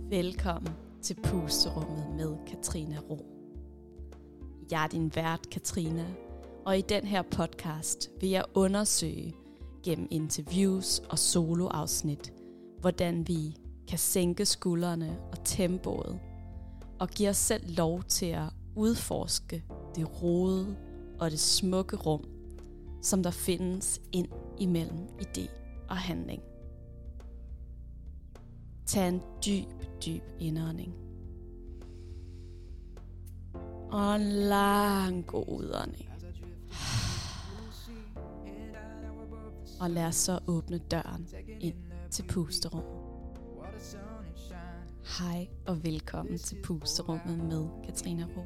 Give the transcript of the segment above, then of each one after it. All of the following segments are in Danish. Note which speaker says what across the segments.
Speaker 1: Velkommen til Pusterummet med Katrine Ro. Jeg er din vært, Katrine, og i den her podcast vil jeg undersøge gennem interviews og soloafsnit, hvordan vi kan sænke skuldrene og tempoet, og give os selv lov til at udforske det rodede og det smukke rum, som der findes ind imellem idé og handling. Tag en dyb indånding. Og en lang god udånding. Og lad os så åbne døren ind til pusterum. Hej og velkommen til Pusterummet med Katrine Ro.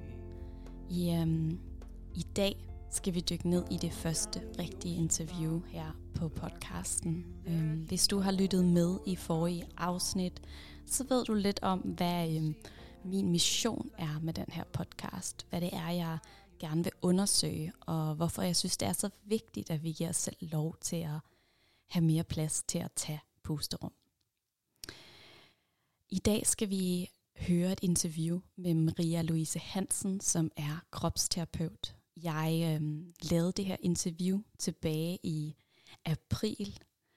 Speaker 1: I dag skal vi dykke ned i det første rigtige interview her på podcasten. Hvis du har lyttet med i forrige afsnit, så ved du lidt om, hvad min mission er med den her podcast. Hvad det er, jeg gerne vil undersøge, og hvorfor jeg synes, det er så vigtigt, at vi giver os selv lov til at have mere plads til at tage pusterum. I dag skal vi høre et interview med Maria Louise Hansen, som er kropsterapeut. Jeg lavede det her interview tilbage i april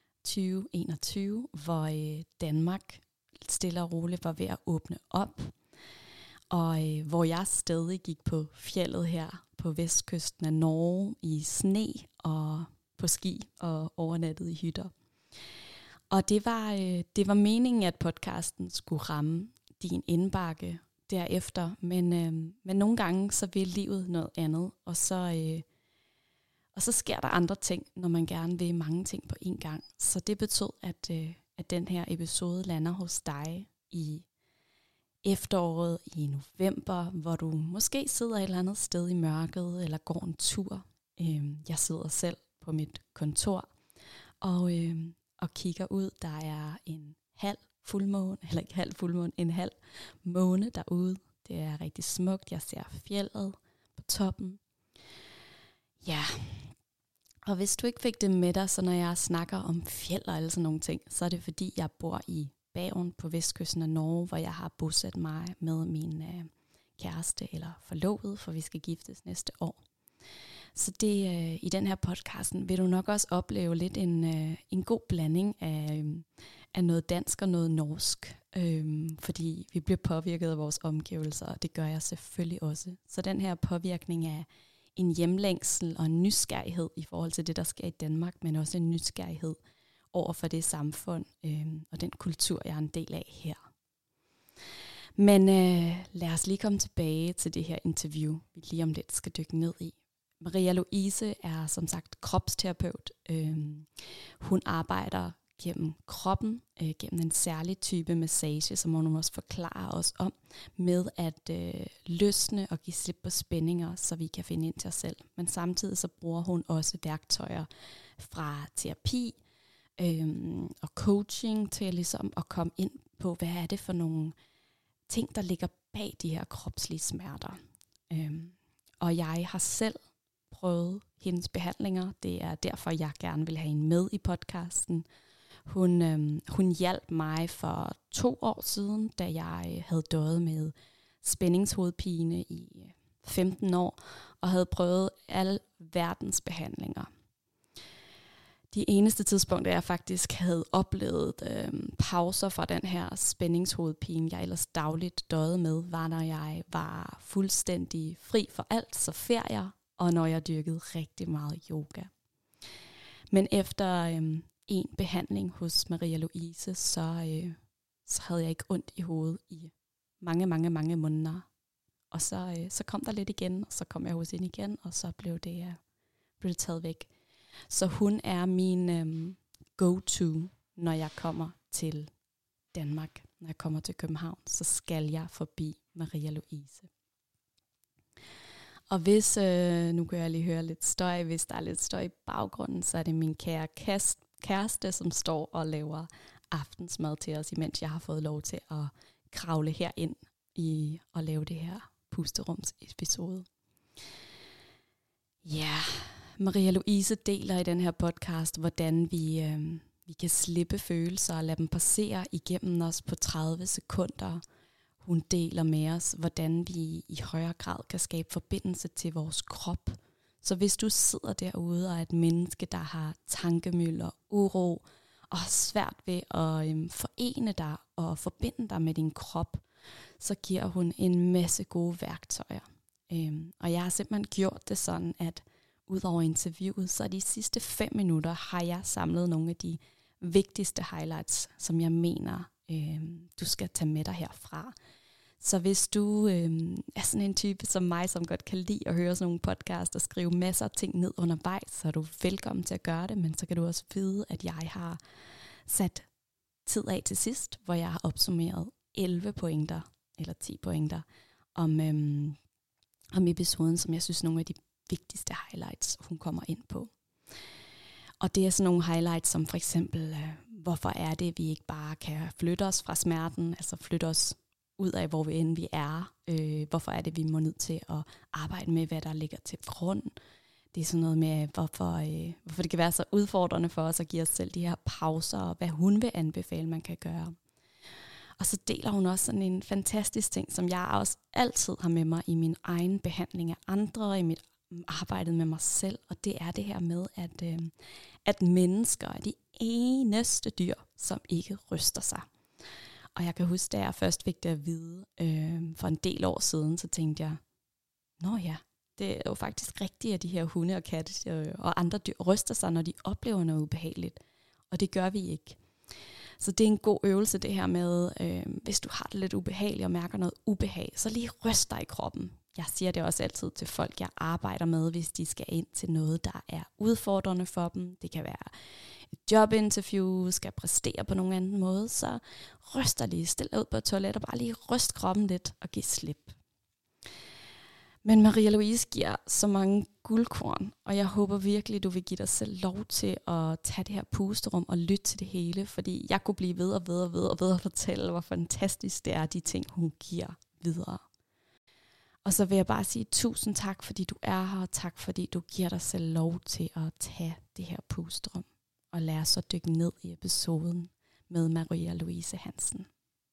Speaker 1: 2021, hvor Danmark stille og roligt var ved at åbne op, og hvor jeg stadig gik på fjeldet her på vestkysten af Norge i sne og på ski og overnattet i hytter. Og det var meningen, at podcasten skulle ramme din indbakke derefter, men nogle gange så vil livet noget andet, og så sker der andre ting, når man gerne vil mange ting på én gang. Så det betød, at den her episode lander hos dig i efteråret, i november, hvor du måske sidder et eller andet sted i mørket, eller går en tur. Jeg sidder selv på mit kontor, og kigger ud. Der er en halv fuldmåne, eller ikke halv fuldmåne, en halv måne derude. Det er rigtig smukt. Jeg ser fjeldet på toppen. Ja, og hvis du ikke fik det med dig, så når jeg snakker om fjeld og alle sådan nogle ting, så er det fordi, jeg bor i Bergen på vestkysten af Norge, hvor jeg har bosat mig med min kæreste eller forlovet, for vi skal giftes næste år. Så det i den her podcasten vil du nok også opleve lidt en god blanding af noget dansk og noget norsk, fordi vi bliver påvirket af vores omgivelser, og det gør jeg selvfølgelig også. Så den her påvirkning af en hjemlængsel og en nysgerrighed i forhold til det, der sker i Danmark, men også en nysgerrighed over for det samfund og den kultur, jeg er en del af her. Men lad os lige komme tilbage til det her interview, vi lige om lidt skal dykke ned i. Maria Louise er som sagt kropsterapeut. Hun arbejder gennem kroppen, gennem en særlig type massage, som hun også forklarer os om, med at løsne og give slip på spændinger, så vi kan finde ind til os selv. Men samtidig så bruger hun også værktøjer fra terapi og coaching til ligesom at komme ind på, hvad er det for nogle ting, der ligger bag de her kropslige smerter. Og jeg har selv prøvet hendes behandlinger. Det er derfor, jeg gerne vil have hende med i podcasten. Hun hjalp mig for 2 år siden, da jeg havde døjet med spændingshovedpine i 15 år, og havde prøvet alle verdens behandlinger. De eneste tidspunkter, jeg faktisk havde oplevet pauser fra den her spændingshovedpine, jeg ellers dagligt døjede med, var når jeg var fuldstændig fri for alt, så ferier, og når jeg dyrkede rigtig meget yoga. Men efter en behandling hos Maria Louise, så havde jeg ikke ondt i hovedet i mange måneder. Og så kom der lidt igen, og så kom jeg hos hende igen, og så blev det taget væk. Så hun er min go-to, når jeg kommer til Danmark. Når jeg kommer til København, så skal jeg forbi Maria Louise. Og hvis, nu kan jeg lige høre lidt støj, hvis der er lidt støj i baggrunden, så er det min kære kæreste, som står og laver aftensmad til os, imens jeg har fået lov til at kravle herind i og lave det her pusterumsepisode. Ja, Maria Louise deler i den her podcast, hvordan Vi kan slippe følelser og lade dem passere igennem os på 30 sekunder. Hun deler med os, hvordan vi i højere grad kan skabe forbindelse til vores krop. Så hvis du sidder derude og er et menneske, der har tankemylder, uro og har svært ved at forene dig og forbinde dig med din krop, så giver hun en masse gode værktøjer. Og jeg har simpelthen gjort det sådan, at udover interviewet, så de sidste 5 minutter har jeg samlet nogle af de vigtigste highlights, som jeg mener, du skal tage med dig herfra. Så hvis du er sådan en type som mig, som godt kan lide at høre sådan nogle podcasts og skrive masser af ting ned undervejs, så er du velkommen til at gøre det, men så kan du også vide, at jeg har sat tid af til sidst, hvor jeg har opsummeret 11 pointer, eller 10 pointer, om episoden, som jeg synes nogle af de vigtigste highlights, hun kommer ind på. Og det er sådan nogle highlights som for eksempel, hvorfor er det, vi ikke bare kan flytte os fra smerten, altså flytte os ud af, hvor vi end vi er. Hvorfor er det, vi må nødt til at arbejde med, hvad der ligger til grund. Det er sådan noget med, hvorfor det kan være så udfordrende for os at give os selv de her pauser, og hvad hun vil anbefale, man kan gøre. Og så deler hun også sådan en fantastisk ting, som jeg også altid har med mig i min egen behandling af andre, og i mit arbejde med mig selv. Og det er det her med, at mennesker er de eneste dyr, som ikke ryster sig. Og jeg kan huske, da jeg først fik det at vide for en del år siden, så tænkte jeg, nå ja, det er jo faktisk rigtigt, at de her hunde og katte og andre dyr ryster sig, når de oplever noget ubehageligt. Og det gør vi ikke. Så det er en god øvelse det her med, hvis du har det lidt ubehageligt og mærker noget ubehag, så lige ryst dig i kroppen. Jeg siger det også altid til folk, jeg arbejder med, hvis de skal ind til noget, der er udfordrende for dem. Det kan være et jobinterview, skal præstere på nogen anden måde, så ryst dig lige, stil dig ud på et toilet og bare lige ryst kroppen lidt og giv slip. Men Maria Louise giver så mange guldkorn, og jeg håber virkelig, du vil give dig selv lov til at tage det her pusterum og lytte til det hele, fordi jeg kunne blive ved og fortælle, hvor fantastisk det er, de ting, hun giver videre. Og så vil jeg bare sige tusind tak, fordi du er her, og tak, fordi du giver dig selv lov til at tage det her pusterum, og lad os så dykke ned i episoden med Maria Louise Hansen.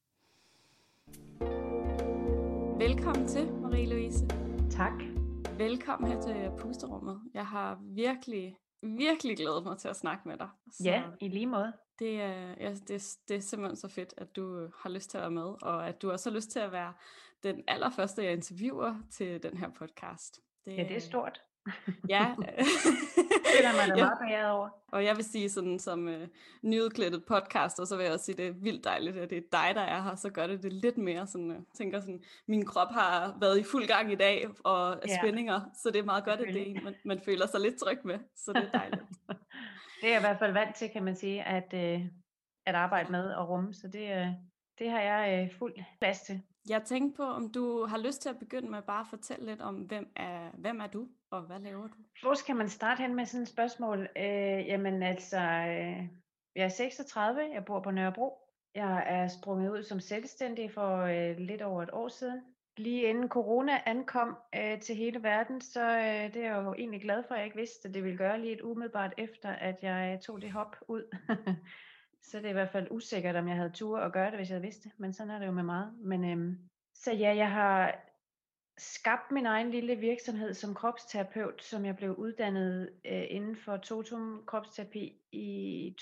Speaker 1: Velkommen til, Maria Louise.
Speaker 2: Tak.
Speaker 1: Velkommen her til pusterummet. Jeg har virkelig glædet mig til at snakke med dig. Så
Speaker 2: ja, i lige måde.
Speaker 1: Det er simpelthen så fedt, at du har lyst til at være med, og at du også har lyst til at være den allerførste, jeg interviewer til den her podcast.
Speaker 2: Ja, det er stort.
Speaker 1: Ja.
Speaker 2: Det er man da meget beæret over.
Speaker 1: Og jeg vil sige sådan som nyudklættet podcaster, så vil jeg også sige, det er vildt dejligt, at det er dig, der er her, så gør det lidt mere sådan, tænker sådan, min krop har været i fuld gang i dag, og spændinger, så det er meget godt, at det er en, man føler sig lidt tryg med, så det er dejligt.
Speaker 2: Det er jeg i hvert fald vant til, kan man sige, at arbejde med og rumme, så det har jeg fuld plads til.
Speaker 1: Jeg tænkte på, om du har lyst til at begynde med bare at fortælle lidt om, hvem er du, og hvad laver du?
Speaker 2: Hvor skal man starte hen med sådan et spørgsmål? Jamen altså, jeg er 36, jeg bor på Nørrebro. Jeg er sprunget ud som selvstændig for lidt over et år siden. Lige inden corona ankom til hele verden, så det er jeg jo egentlig glad for, at jeg ikke vidste, at det ville gøre lige et umiddelbart efter, at jeg tog det hop ud. Så det er i hvert fald usikkert, om jeg havde tur at gøre det, hvis jeg vidste. Men sådan er det jo med meget. Men, så ja, jeg har skabt min egen lille virksomhed som kropsterapeut, som jeg blev uddannet inden for Totum kropsterapi i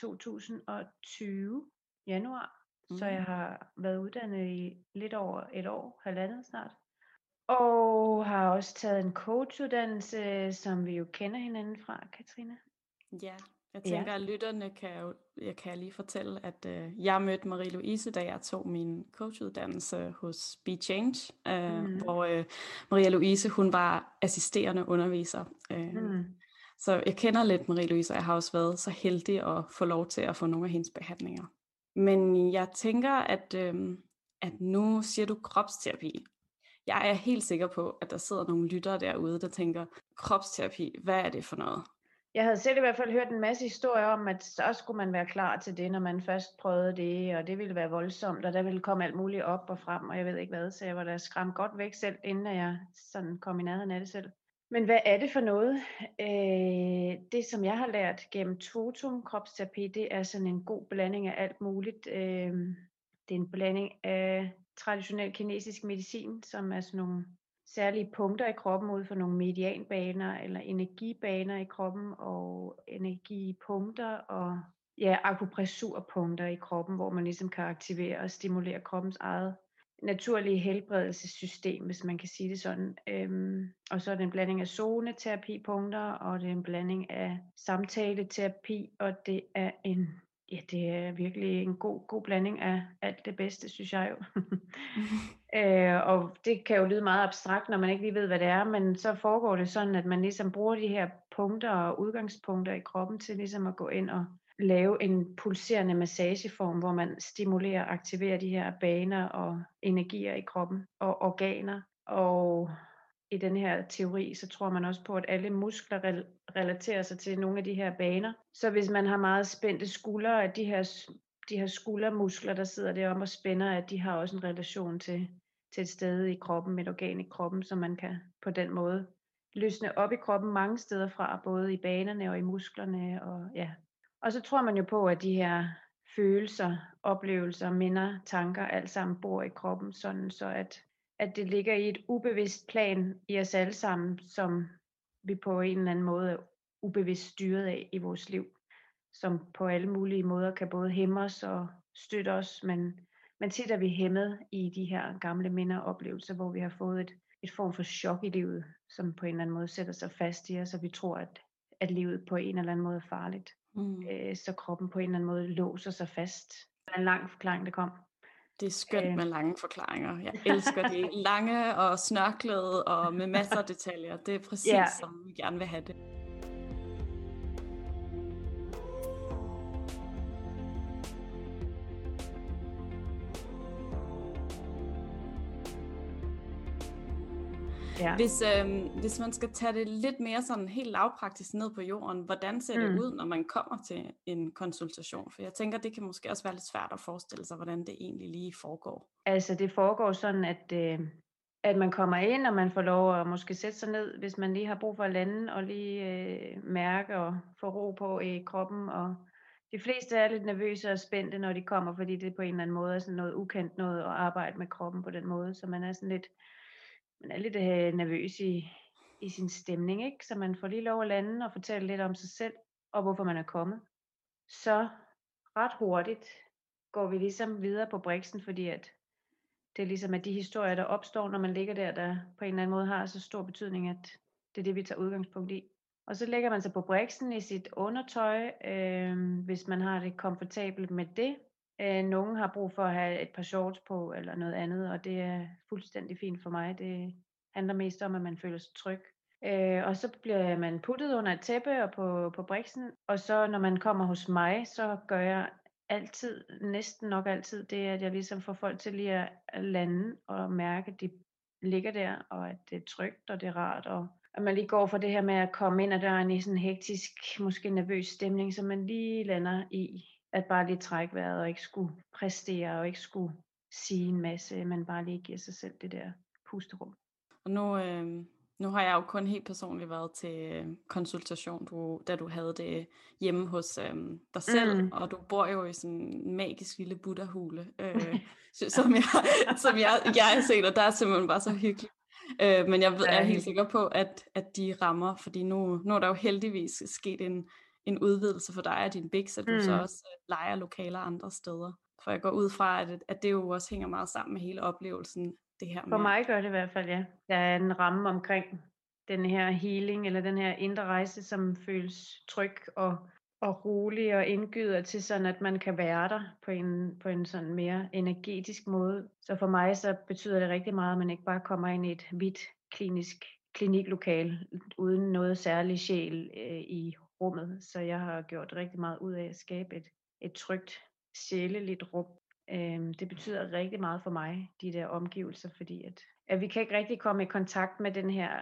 Speaker 2: 2020 januar. Så jeg har været uddannet i lidt over et år, halvandet snart. Og har også taget en coachuddannelse, som vi jo kender hinanden fra, Katrine.
Speaker 1: Ja, jeg tænker, at lytterne jeg kan lige fortælle, at jeg mødte Marie Louise, da jeg tog min coachuddannelse hos Be Change, hvor Maria Louise, hun var assisterende underviser. Så jeg kender lidt Marie Louise, og jeg har også været så heldig at få lov til at få nogle af hendes behandlinger. Men jeg tænker, at nu siger du kropsterapi. Jeg er helt sikker på, at der sidder nogle lyttere derude, der tænker, kropsterapi, hvad er det for noget?
Speaker 2: Jeg havde selv i hvert fald hørt en masse historier om, at så skulle man være klar til det, når man først prøvede det, og det ville være voldsomt, og der ville komme alt muligt op og frem, og jeg ved ikke hvad, så jeg var da skræmt godt væk selv, inden jeg sådan kom i nærheden af det selv. Men hvad er det for noget? Det, som jeg har lært gennem Totum kropsterapi, det er sådan en god blanding af alt muligt. Det er en blanding af traditionel kinesisk medicin, som er sådan nogle særlige punkter i kroppen ud for nogle medianbaner eller energibaner i kroppen, og energipunkter og akupressurpunkter i kroppen, hvor man ligesom kan aktivere og stimulere kroppens eget naturlige helbredelsessystem, hvis man kan sige det sådan. Og så er det en blanding af zoneterapipunkter, og det er en blanding af samtaleterapi, og det er det er virkelig en god blanding af alt det bedste, synes jeg jo. Og det kan jo lyde meget abstrakt, når man ikke lige ved, hvad det er, men så foregår det sådan, at man ligesom bruger de her punkter og udgangspunkter i kroppen til ligesom at gå ind og lave en pulserende massageform, hvor man stimulerer og aktiverer de her baner og energier i kroppen og organer. Og i den her teori, så tror man også på, at alle muskler relaterer sig til nogle af de her baner. Så hvis man har meget spændte skuldre, at de her skuldermuskler, der sidder deroppe og spænder, at de har også en relation til et sted i kroppen, et organ i kroppen, så man kan på den måde løsne op i kroppen mange steder fra, både i banerne og i musklerne. Og så tror man jo på, at de her følelser, oplevelser, minder, tanker, alt sammen bor i kroppen, sådan så at det ligger i et ubevidst plan i os alle sammen, som vi på en eller anden måde er ubevidst styret af i vores liv, som på alle mulige måder kan både hæmme os og støtte os, men tit er vi hæmmet i de her gamle minder og oplevelser, hvor vi har fået et form for chok i livet, som på en eller anden måde sætter sig fast i os, og vi tror, at livet på en eller anden måde er farligt. Så kroppen på en eller anden måde låser sig fast. Det er en lang forklaring, der kom.
Speaker 3: Det er skønt med lange forklaringer. Jeg elsker de lange og snørklede og med masser af detaljer. Det er præcis, som vi gerne vil have det.
Speaker 2: Ja.
Speaker 3: Hvis man skal tage det lidt mere sådan helt lavpraktisk ned på jorden, hvordan ser det ud, når man kommer til en konsultation? For jeg tænker, det kan måske også være lidt svært at forestille sig, hvordan det egentlig lige foregår.
Speaker 2: Altså det foregår sådan, at man kommer ind, og man får lov at måske sætte sig ned, hvis man lige har brug for at lande, og lige mærke og få ro på i kroppen. Og de fleste er lidt nervøse og spændte, når de kommer, fordi det på en eller anden måde er sådan noget ukendt noget at arbejde med kroppen på den måde, så man er sådan lidt... Man er lidt nervøs i sin stemning, ikke? Så man får lige lov at lande og fortælle lidt om sig selv, og hvorfor man er kommet. Så ret hurtigt går vi ligesom videre på briksen, fordi at det er ligesom, at de historier, der opstår, når man ligger der på en eller anden måde har så stor betydning, at det er det, vi tager udgangspunkt i. Og så lægger man sig på briksen i sit undertøj, hvis man har det komfortabelt med det. Nogen har brug for at have et par shorts på eller noget andet, og det er fuldstændig fint for mig. Det handler mest om, at man føler sig tryg. Og så bliver man puttet under et tæppe og på briksen, og så når man kommer hos mig, så gør jeg altid, næsten nok altid, det at jeg ligesom får folk til lige at lande og mærke, at de ligger der, og at det er trygt og det er rart, og at man lige går for det her med at komme ind ad døren i sådan en hektisk, måske nervøs stemning, så man lige lander i at bare lige trække vejret og ikke skulle præstere og ikke skulle sige en masse, men bare lige give sig selv det der pusterum.
Speaker 3: Og nu har jeg jo kun helt personligt været til konsultation, da du havde det hjemme hos dig selv, og du bor jo i sådan en magisk lille buddha-hule, som jeg har set, og der er simpelthen bare så hyggeligt. Men jeg er helt sikker på, at de rammer, fordi nu er der jo heldigvis sket en udvidelse for dig af din big, så du så også lejer lokaler andre steder. For jeg går ud fra, at det jo også hænger meget sammen med hele oplevelsen. Det her med.
Speaker 2: For mig gør det i hvert fald, ja. Der er en ramme omkring den her healing, eller den her indre rejse, som føles tryg og rolig og indgyder til sådan, at man kan være der på en sådan mere energetisk måde. Så for mig så betyder det rigtig meget, at man ikke bare kommer ind i et hvidt kliniklokale uden noget særlig sjæl i rummet. Så jeg har gjort rigtig meget ud af at skabe et trygt, sjæleligt rum. Det betyder rigtig meget for mig, de der omgivelser, fordi at vi kan ikke rigtig komme i kontakt med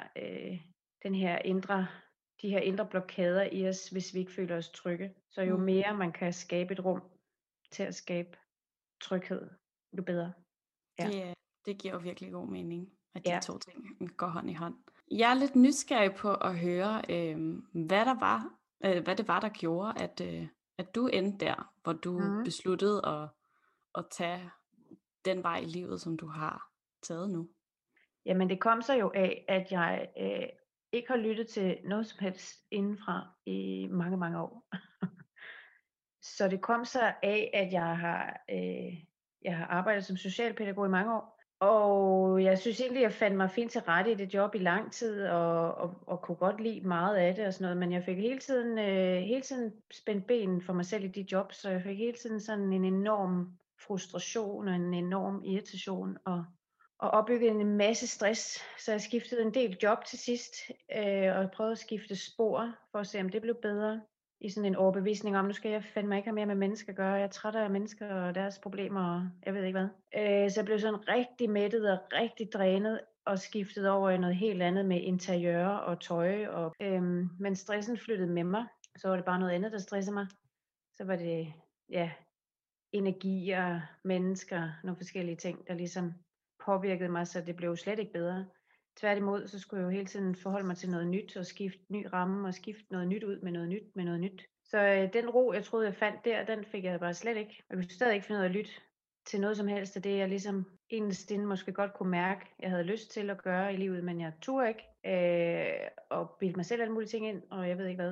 Speaker 2: de her indre blokader i os, hvis vi ikke føler os trygge. Så jo mere man kan skabe et rum til at skabe tryghed, jo bedre.
Speaker 3: Ja. Det giver jo virkelig god mening, at de to ting går hånd i hånd. Jeg er lidt nysgerrig på at høre, hvad det var, der gjorde, at du endte der, hvor du besluttede at tage den vej i livet, som du har taget nu.
Speaker 2: Jamen det kom så jo af, at jeg ikke har lyttet til noget som helst indenfra i mange, mange år. Så det kom så af, at jeg har arbejdet som socialpædagog i mange år. Og jeg synes egentlig, jeg fandt mig fint til rette i det job i lang tid, og kunne godt lide meget af det og sådan noget. Men jeg fik hele tiden spændt ben for mig selv i de jobs, så jeg fik hele tiden sådan en enorm frustration og en enorm irritation og opbygget en masse stress. Så jeg skiftede en del job til sidst, og prøvede at skifte spor for at se, om det blev bedre. I sådan en overbevisning om, nu skal jeg fandme ikke have mere med mennesker at gøre. Jeg er træt af mennesker og deres problemer, og jeg ved ikke hvad. Så jeg blev sådan rigtig mættet og rigtig drænet, og skiftede over i noget helt andet med interiør og tøj. Men stressen flyttede med mig. Så var det bare noget andet, der stressede mig. Så var det, energier, mennesker, nogle forskellige ting, der ligesom påvirkede mig, så det blev slet ikke bedre. Tværtimod, så skulle jeg jo hele tiden forholde mig til noget nyt, og skifte ny ramme, og skifte noget nyt ud med noget nyt. Så den ro, jeg troede, jeg fandt der, den fik jeg bare slet ikke. Jeg kunne stadig ikke finde ud af at lytte til noget som helst, og det jeg ligesom inderst inde måske godt kunne mærke, jeg havde lyst til at gøre i livet, men jeg turde ikke, og bildte mig selv alle mulige ting ind, og jeg ved ikke hvad.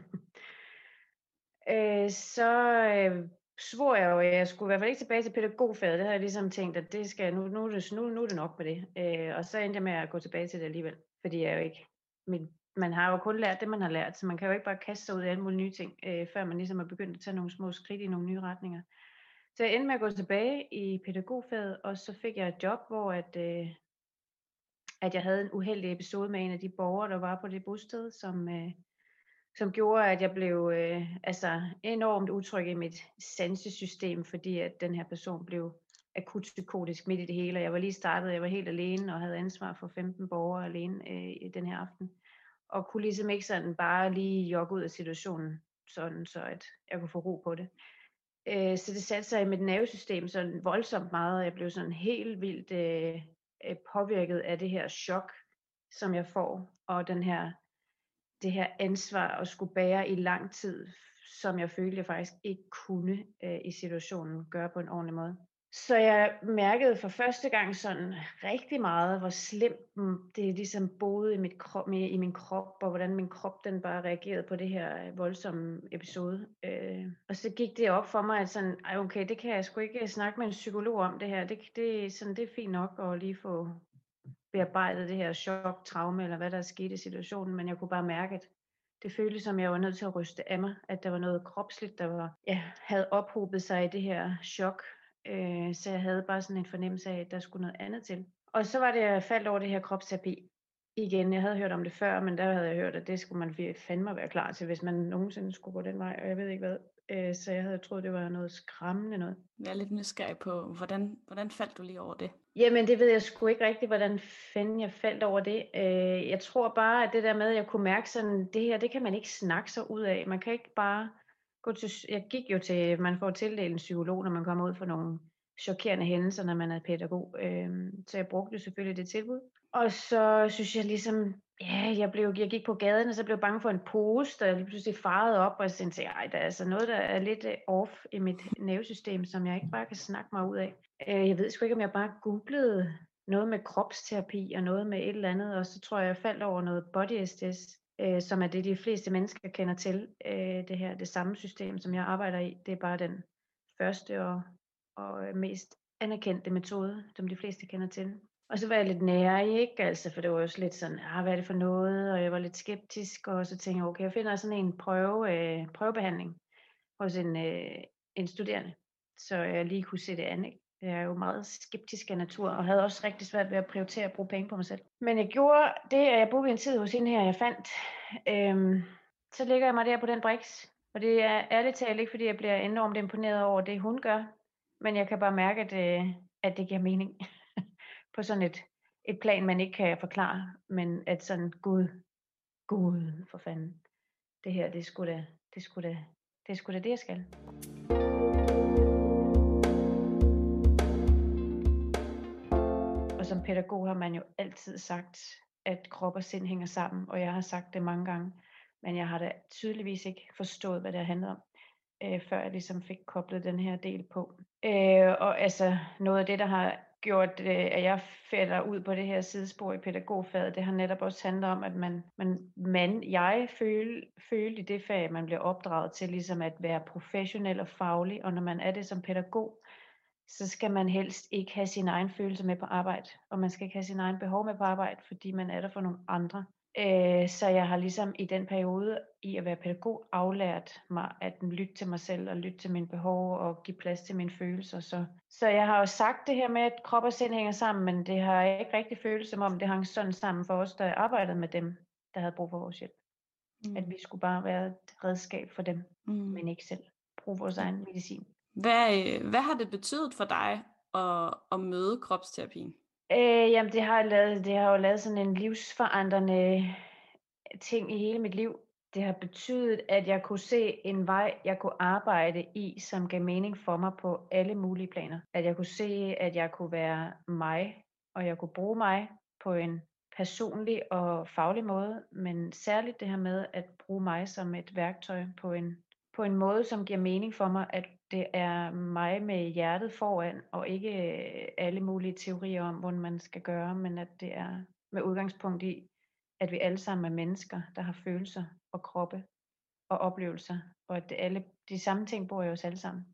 Speaker 2: Svor jeg jo, at jeg skulle i hvert fald ikke tilbage til pædagogfaget. Det havde jeg ligesom tænkt, at det skal, nu er det nok med det. Og så endte jeg med at gå tilbage til det alligevel. Fordi jeg jo ikke, man har jo kun lært det, man har lært, så man kan jo ikke bare kaste sig ud af alle mulige nye ting, før man ligesom er begyndt at tage nogle små skridt i nogle nye retninger. Så jeg endte med at gå tilbage i pædagogfaget, og så fik jeg et job, hvor at jeg havde en uheldig episode med en af de borgere, der var på det bosted, som gjorde, at jeg blev enormt utryg i mit sansesystem, fordi at den her person blev akut psykotisk midt i det hele. Jeg var lige startet, jeg var helt alene og havde ansvar for 15 borgere alene i den her aften. Og kunne ligesom ikke sådan bare lige jogge ud af situationen, sådan så at jeg kunne få ro på det. Så det satte sig i mit nervesystem sådan voldsomt meget, og jeg blev sådan helt vildt påvirket af det her chok, som jeg får, og det her ansvar at skulle bære i lang tid, som jeg følte, jeg faktisk ikke kunne i situationen gøre på en ordentlig måde. Så jeg mærkede for første gang sådan rigtig meget, hvor slemt det ligesom boede i min krop, og hvordan min krop den bare reagerede på det her voldsomme episode. Og så gik det op for mig, at sådan, okay, det kan jeg sgu ikke snakke med en psykolog om det her. Det er fint nok at lige få bearbejdet det her chok, traume, eller hvad der er sket i situationen, men jeg kunne bare mærke, at det føltes som, jeg var nødt til at ryste af mig, at der var noget kropsligt, der havde ophobet sig i det her chok, så jeg havde bare sådan en fornemmelse af, at der skulle noget andet til. Og så var det, jeg faldt over det her kropsterapi igen. Jeg havde hørt om det før, men der havde jeg hørt, at det skulle man fandme være klar til, hvis man nogensinde skulle gå den vej, og jeg ved ikke hvad. Så jeg havde troet, det var noget skræmmende noget.
Speaker 3: Jeg er lidt nysgerrig på, hvordan faldt du lige over det?
Speaker 2: Jamen det ved jeg sgu ikke rigtigt, hvordan fanden jeg faldt over det. Jeg tror bare, at det der med, at jeg kunne mærke sådan, det her, det kan man ikke snakke sig ud af. Man kan ikke bare gå til, jeg gik jo til, man får tildelt en psykolog, når man kommer ud for nogle chokerende hændelser, når man er pædagog. Så jeg brugte jo selvfølgelig det tilbud. Og så synes jeg ligesom, jeg gik på gaden, og så blev jeg bange for en pose, der lige pludselig farede op, og så tænkte jeg, der er altså noget, der er lidt off i mit nervesystem, som jeg ikke bare kan snakke mig ud af. Jeg ved sgu ikke, om jeg bare googlede noget med kropsterapi og noget med et eller andet, og så tror jeg faldt over noget body SDS, som er det, de fleste mennesker kender til. Det samme system, som jeg arbejder i, det er bare den første og mest anerkendte metode, som de fleste kender til. Og så var jeg lidt nær, ikke? Altså, for det var også lidt sådan, hvad er det for noget? Og jeg var lidt skeptisk, og så tænkte jeg, okay, jeg finder sådan en prøvebehandling hos en studerende, så jeg lige kunne se det an, ikke? Jeg er jo meget skeptisk af natur, og havde også rigtig svært ved at prioritere at bruge penge på mig selv. Men jeg gjorde det, at jeg boede en tid hos hende her, jeg fandt. Så ligger jeg mig der på den briks. Og det er ærligt talt ikke, fordi jeg bliver enormt imponeret over det, hun gør. Men jeg kan bare mærke, at det giver mening. På sådan et plan, man ikke kan forklare. Men at sådan, Gud for fanden. Det her, det er sgu da det, jeg skal. Og som pædagog har man jo altid sagt, at krop og sind hænger sammen, og jeg har sagt det mange gange, men jeg har da tydeligvis ikke forstået, hvad det handler om, før jeg ligesom fik koblet den her del på. Og altså noget af det, der har gjort, at jeg falder ud på det her sidespor i pædagogfaget, det har netop også handlet om, at jeg følte i det fag, man bliver opdraget til ligesom at være professionel og faglig, og når man er det som pædagog, så skal man helst ikke have sine egne følelser med på arbejde, og man skal ikke have sine egne behov med på arbejde, fordi man er der for nogle andre. Så jeg har ligesom i den periode i at være pædagog aflært mig at lytte til mig selv og lytte til mine behov og give plads til mine følelser. Så jeg har jo sagt det her med, at krop og sind hænger sammen, men det har jeg ikke rigtig følt som om, det hang sådan sammen for os, der arbejdede med dem, der havde brug for vores hjælp. At vi skulle bare være et redskab for dem, men ikke selv bruge vores egen medicin.
Speaker 3: Hvad har det betydet for dig at møde kropsterapien?
Speaker 2: Jamen det har jo lavet sådan en livsforandrende ting i hele mit liv. Det har betydet, at jeg kunne se en vej, jeg kunne arbejde i, som gav mening for mig på alle mulige planer. At jeg kunne se, at jeg kunne være mig, og jeg kunne bruge mig på en personlig og faglig måde, men særligt det her med at bruge mig som et værktøj på en måde, som giver mening for mig, at det er mig med hjertet foran, og ikke alle mulige teorier om, hvordan man skal gøre, men at det er med udgangspunkt i, at vi alle sammen er mennesker, der har følelser og kroppe og oplevelser, og at alle de samme ting bor i os alle sammen.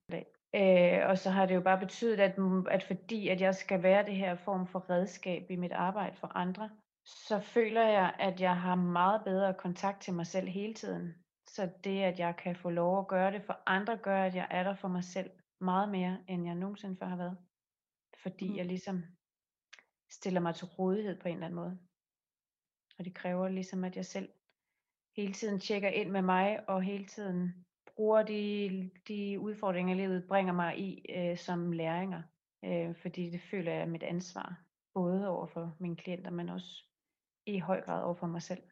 Speaker 2: Og så har det jo bare betydet, at fordi at jeg skal være det her form for redskab i mit arbejde for andre, så føler jeg, at jeg har meget bedre kontakt til mig selv hele tiden. Så det, at jeg kan få lov at gøre det for andre, gør, at jeg er der for mig selv meget mere, end jeg nogensinde før har været. Fordi jeg ligesom stiller mig til rådighed på en eller anden måde. Og det kræver ligesom, at jeg selv hele tiden tjekker ind med mig, og hele tiden bruger de udfordringer, livet bringer mig i som læringer. Fordi det føler jeg er mit ansvar, både over for mine klienter, men også i høj grad over for mig selv.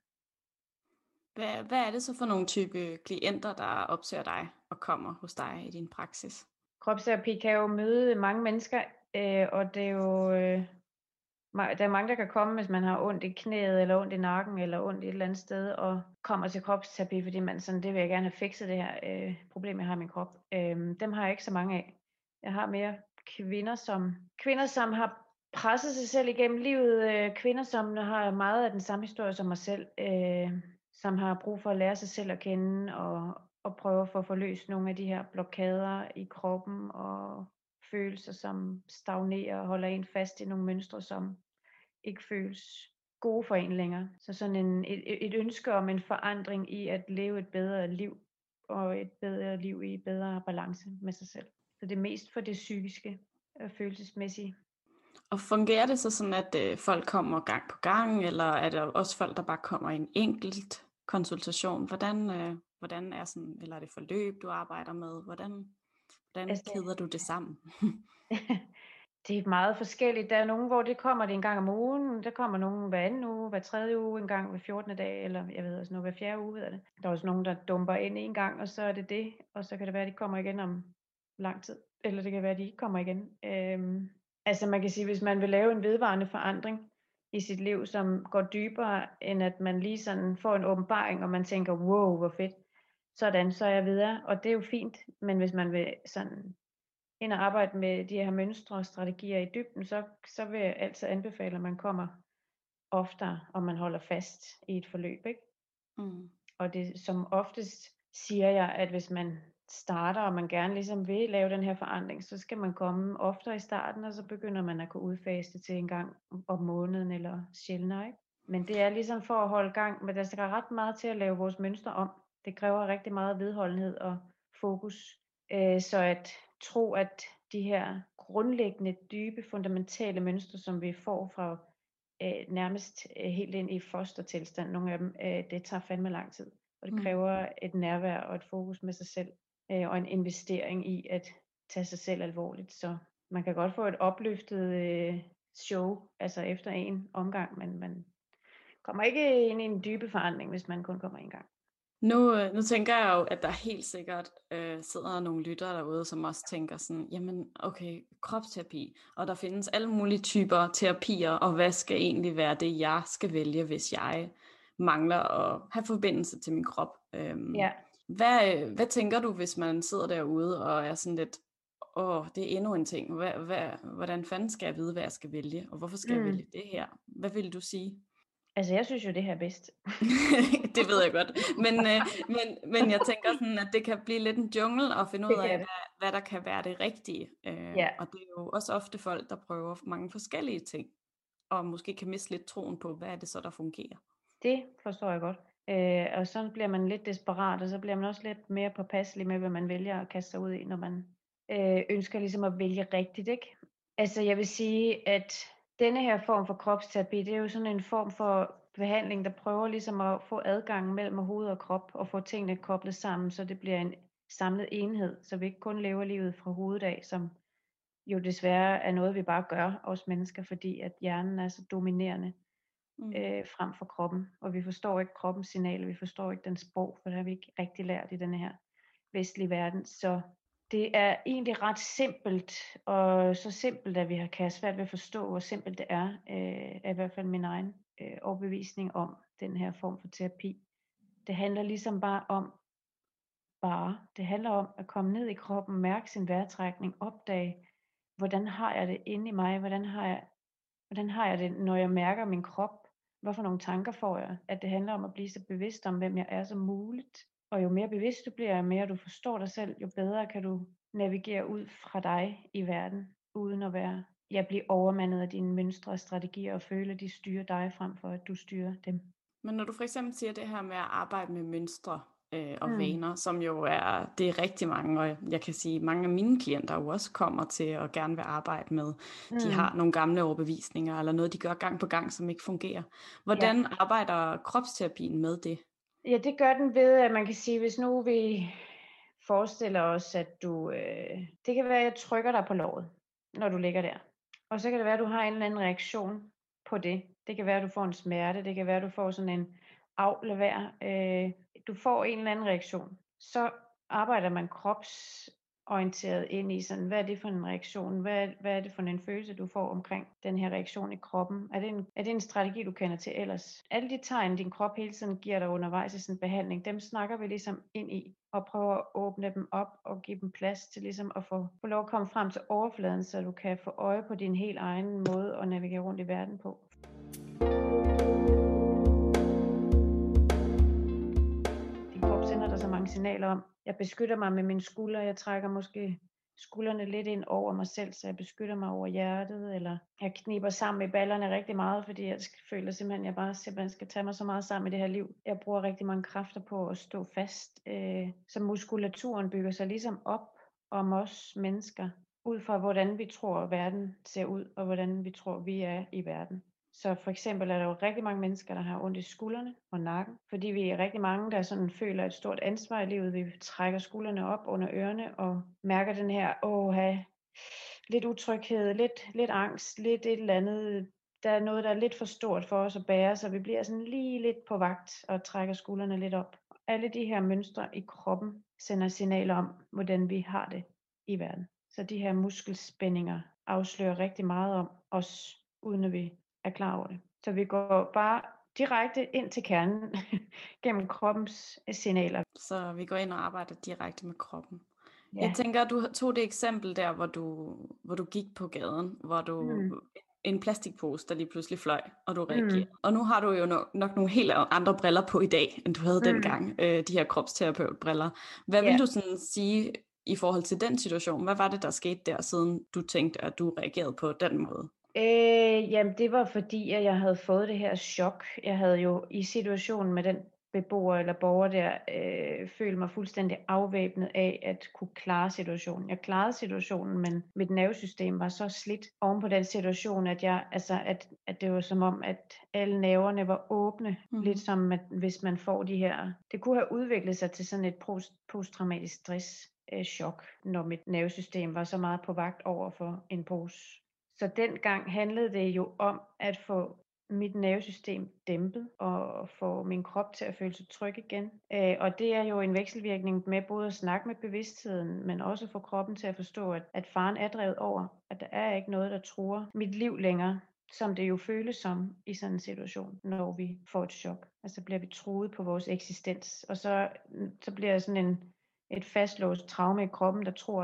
Speaker 3: Hvad er det så for nogle type klienter, der opsøger dig og kommer hos dig i din praksis?
Speaker 2: Kropsterapi kan jo møde mange mennesker, og det er jo... Der er mange, der kan komme, hvis man har ondt i knæet, eller ondt i nakken, eller ondt et eller andet sted, og kommer til kropsterapi, fordi man sådan, det vil jeg gerne have fikset det her problem, jeg har i min krop. Dem har jeg ikke så mange af. Jeg har mere kvinder, som har presset sig selv igennem livet, kvinder, som har meget af den samme historie som mig selv, som har brug for at lære sig selv at kende, og prøve at få forløst nogle af de her blokader i kroppen, og følelser, som stagnerer og holder en fast i nogle mønstre, som ikke føles gode for en længere. Så sådan et ønske om en forandring i at leve et bedre liv, og et bedre liv i bedre balance med sig selv. Så det er mest for det psykiske og følelsesmæssige.
Speaker 3: Og fungerer det så sådan, at folk kommer gang på gang, eller er der også folk, der bare kommer i en enkelt konsultation? Hvordan er sådan, eller er det forløb, du arbejder med? Hvordan kæder du det sammen?
Speaker 2: Det er meget forskelligt. Der er nogen, hvor det kommer en gang om ugen. Der kommer nogen hver anden uge, hver tredje uge, en gang hver 14. dag, eller jeg ved også noget, hver fjerde uge, ved det. Der er også nogen, der dumper ind en gang, og så er det det. Og så kan det være, at de kommer igen om lang tid. Eller det kan være, at de ikke kommer igen. Altså man kan sige, hvis man vil lave en vedvarende forandring i sit liv, som går dybere, end at man lige sådan får en åbenbaring, og man tænker, wow, hvor fedt. Sådan, så er jeg videre. Og det er jo fint. Men hvis man vil sådan ind og arbejde med de her mønstre og strategier i dybden, så vil jeg altid anbefale, at man kommer oftere, og man holder fast i et forløb. Ikke? Og det som oftest siger jeg, at hvis man starter, og man gerne ligesom vil lave den her forandring, så skal man komme oftere i starten, og så begynder man at kunne udfase det til en gang om måneden eller sjældnere. Ikke? Men det er ligesom for at holde gang, men der skal ret meget til at lave vores mønstre om. Det kræver rigtig meget vedholdenhed og fokus. Så at tro, at de her grundlæggende, dybe, fundamentale mønstre, som vi får fra nærmest helt ind i fostertilstand, nogle af dem, det tager fandme lang tid. Og det kræver et nærvær og et fokus med sig selv, og en investering i at tage sig selv alvorligt. Så man kan godt få et opløftet show, altså efter en omgang, men man kommer ikke ind i en dybe forandring, hvis man kun kommer en gang.
Speaker 3: Nu tænker jeg jo, at der helt sikkert sidder nogle lyttere derude, som også tænker sådan, jamen okay, kropsterapi, og der findes alle mulige typer terapier, og hvad skal egentlig være det, jeg skal vælge, hvis jeg mangler at have forbindelse til min krop?
Speaker 2: Ja.
Speaker 3: Hvad tænker du, hvis man sidder derude og er sådan lidt, det er endnu en ting, hvordan fanden skal jeg vide, hvad jeg skal vælge, og hvorfor skal jeg vælge det her? Hvad vil du sige?
Speaker 2: Altså, jeg synes jo, det her er bedst.
Speaker 3: Det ved jeg godt. Men jeg tænker sådan, at det kan blive lidt en jungle at finde ud af, hvad der kan være det rigtige.
Speaker 2: Ja.
Speaker 3: Og det er jo også ofte folk, der prøver mange forskellige ting, og måske kan miste lidt troen på, hvad er det så, der fungerer.
Speaker 2: Det forstår jeg godt. Og så bliver man lidt desperat, og så bliver man også lidt mere påpasselig med, hvad man vælger at kaste sig ud i, når man ønsker ligesom at vælge rigtigt, ikke? Altså, jeg vil sige, at denne her form for kropsterapi, det er jo sådan en form for behandling, der prøver ligesom at få adgang mellem hoved og krop, og få tingene koblet sammen, så det bliver en samlet enhed, så vi ikke kun lever livet fra hovedet af, som jo desværre er noget, vi bare gør, os mennesker, fordi at hjernen er så dominerende frem for kroppen, og vi forstår ikke kroppens signaler, vi forstår ikke den sprog, for det har vi ikke rigtig lært i den her vestlige verden, så det er egentlig ret simpelt, og så simpelt, at vi kan have svært ved at forstå, hvor simpelt det er i hvert fald min egen overbevisning om den her form for terapi. Det handler ligesom det handler om at komme ned i kroppen, mærke sin vejrtrækning, opdage, hvordan har jeg det inde i mig, hvordan har jeg det, når jeg mærker min krop, hvorfor nogle tanker får jeg, at det handler om at blive så bevidst om, hvem jeg er som muligt. Og jo mere bevidst du bliver, jo mere du forstår dig selv, jo bedre kan du navigere ud fra dig i verden, uden at blive overmandet af dine mønstre og strategier, og føle, at de styrer dig, frem for at du styrer dem.
Speaker 3: Men når du for eksempel siger det her med at arbejde med mønstre og vaner, som jo det er rigtig mange, og jeg kan sige, mange af mine klienter jo også kommer til at gerne vil arbejde med. De har nogle gamle overbevisninger, eller noget, de gør gang på gang, som ikke fungerer. Hvordan arbejder kropsterapien med det?
Speaker 2: Ja, det gør den ved, at man kan sige, hvis nu vi forestiller os, at det kan være, at jeg trykker dig på låret, når du ligger der. Og så kan det være, at du har en eller anden reaktion på det. Det kan være, at du får en smerte. Det kan være, at du får sådan en aflevær. Du får en eller anden reaktion. Så arbejder man kropsorienteret ind i sådan, hvad er det for en reaktion? Hvad er det for en følelse, du får omkring den her reaktion i kroppen? Er det en strategi, du kender til ellers? Alle de tegn, din krop hele tiden giver dig undervejs i sådan en behandling, dem snakker vi ligesom ind i og prøver at åbne dem op og give dem plads til ligesom at få lov at komme frem til overfladen, så du kan få øje på din helt egen måde at navigere rundt i verden på. Din krop sender dig så mange signaler om, jeg beskytter mig med mine skuldre, jeg trækker måske skuldrene lidt ind over mig selv, så jeg beskytter mig over hjertet, eller jeg kniber sammen i ballerne rigtig meget, fordi jeg føler simpelthen, at jeg bare skal tage mig så meget sammen i det her liv. Jeg bruger rigtig mange kræfter på at stå fast, så muskulaturen bygger sig ligesom op om os mennesker, ud fra hvordan vi tror, verden ser ud, og hvordan vi tror, vi er i verden. Så for eksempel er der jo rigtig mange mennesker, der har ondt i skuldrene og nakken, fordi vi er rigtig mange, der sådan føler et stort ansvar i livet. Vi trækker skuldrene op under ørerne og mærker den her, lidt utryghed, lidt angst, lidt et eller andet. Der er noget, der er lidt for stort for os at bære, så vi bliver sådan lige lidt på vagt og trækker skuldrene lidt op. Alle de her mønstre i kroppen sender signaler om, hvordan vi har det i verden. Så de her muskelspændinger afslører rigtig meget om os, uden at vi er klar over det. Så vi går bare direkte ind til kernen gennem kroppens signaler.
Speaker 3: Så vi går ind og arbejder direkte med kroppen.
Speaker 2: Ja.
Speaker 3: Jeg tænker, du tog det eksempel der, hvor du gik på gaden, hvor du en plastikpose, der lige pludselig fløj, og du reagerede. Og nu har du jo nok nogle helt andre briller på i dag, end du havde dengang, de her kropsterapeutbriller. Hvad vil du sådan sige i forhold til den situation? Hvad var det, der skete der, siden du tænkte, at du reagerede på den måde?
Speaker 2: Jamen det var fordi, at jeg havde fået det her chok. Jeg havde jo i situationen med den beboer eller borger der, følte mig fuldstændig afvæbnet af at kunne klare situationen. Jeg klarede situationen, men mit nervesystem var så slidt oven på den situation, at at det var som om, at alle nerverne var åbne. Lidt som, at hvis man får de her... Det kunne have udviklet sig til sådan et posttraumatisk stress chok, når mit nervesystem var så meget på vagt over for en pose. Så dengang handlede det jo om at få mit nervesystem dæmpet og få min krop til at føle sig tryg igen. Og det er jo en vekselvirkning med både at snakke med bevidstheden, men også få kroppen til at forstå, at faren er drevet over, at der er ikke noget, der truer mit liv længere, som det jo føles som i sådan en situation, når vi får et chok. Altså bliver vi truet på vores eksistens, og så bliver sådan et fastlåst traume i kroppen, der tror,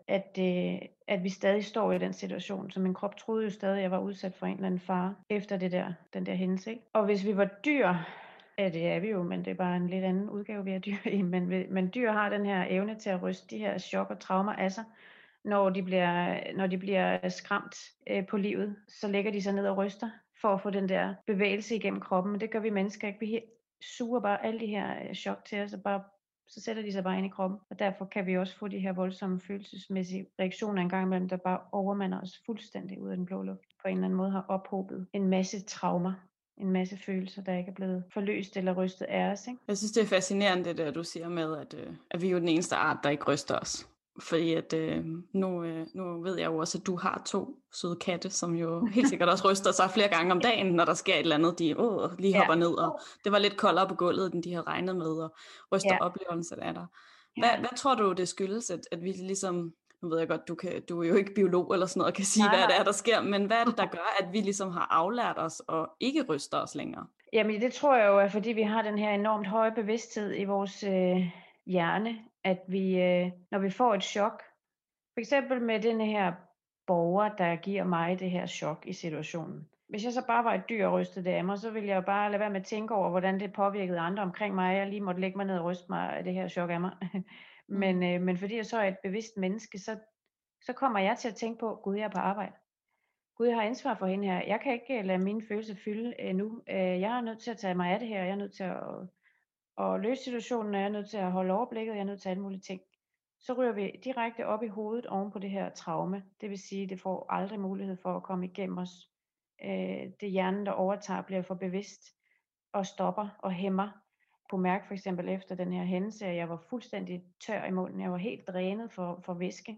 Speaker 2: at vi stadig står i den situation. Så min krop troede jo stadig, at jeg var udsat for en eller anden fare efter den der hændelse. Ikke? Og hvis vi var dyr, ja det er vi jo, men det er bare en lidt anden udgave, vi er dyr i, men dyr har den her evne til at ryste de her chok og traumer af sig. Når de bliver skræmt på livet, så lægger de sig ned og ryster for at få den der bevægelse igennem kroppen. Men det gør vi mennesker ikke. Vi suger bare alle de her chok til os, og så sætter de sig bare ind i kroppen. Og derfor kan vi også få de her voldsomme følelsesmæssige reaktioner en gang imellem, der bare overmander os fuldstændig ud af den blå luft. På en eller anden måde har ophobet en masse traumer. En masse følelser, der ikke er blevet forløst eller rystet af os. Ikke?
Speaker 3: Jeg synes, det er fascinerende, det der, du siger med, at vi er jo den eneste art, der ikke ryster os. Fordi at nu ved jeg jo også, at du har 2 søde katte, som jo helt sikkert også ryster sig flere gange om dagen, når der sker et eller andet, de lige hopper ned, og det var lidt koldere på gulvet, end de havde regnet med, og ryster oplevelsen af dig. Hvad tror du, det skyldes, at vi ligesom, nu ved jeg godt, du er jo ikke biolog eller sådan noget, og kan sige, hvad det er, der sker, men hvad er det, der gør, at vi ligesom har aflært os og ikke ryster os længere?
Speaker 2: Jamen det tror jeg jo er, fordi vi har den her enormt høje bevidsthed i vores hjerne, at vi, når vi får et chok, for eksempel med den her borger, der giver mig det her chok i situationen. Hvis jeg så bare var et dyr og rystede det af mig, så ville jeg jo bare lade være med at tænke over, hvordan det påvirkede andre omkring mig. Jeg lige måtte lægge mig ned og ryste mig af det her chok af mig. Men fordi jeg så er et bevidst menneske, så kommer jeg til at tænke på, Gud, jeg er på arbejde. Gud, jeg har ansvar for hende her. Jeg kan ikke lade mine følelser fylde nu. Jeg er nødt til at tage mig af det her. Jeg er nødt til at løse situationen. Jeg er nødt til at holde overblikket. Jeg er nødt til alle mulige ting. Så ryger vi direkte op i hovedet oven på det her traume. Det vil sige, at det får aldrig mulighed for at komme igennem os. Det hjernen, der overtager, bliver for bevidst og stopper og hæmmer. Jeg kunne mærke for eksempel efter den her hændelse, at jeg var fuldstændig tør i munden. Jeg var helt drænet for væske.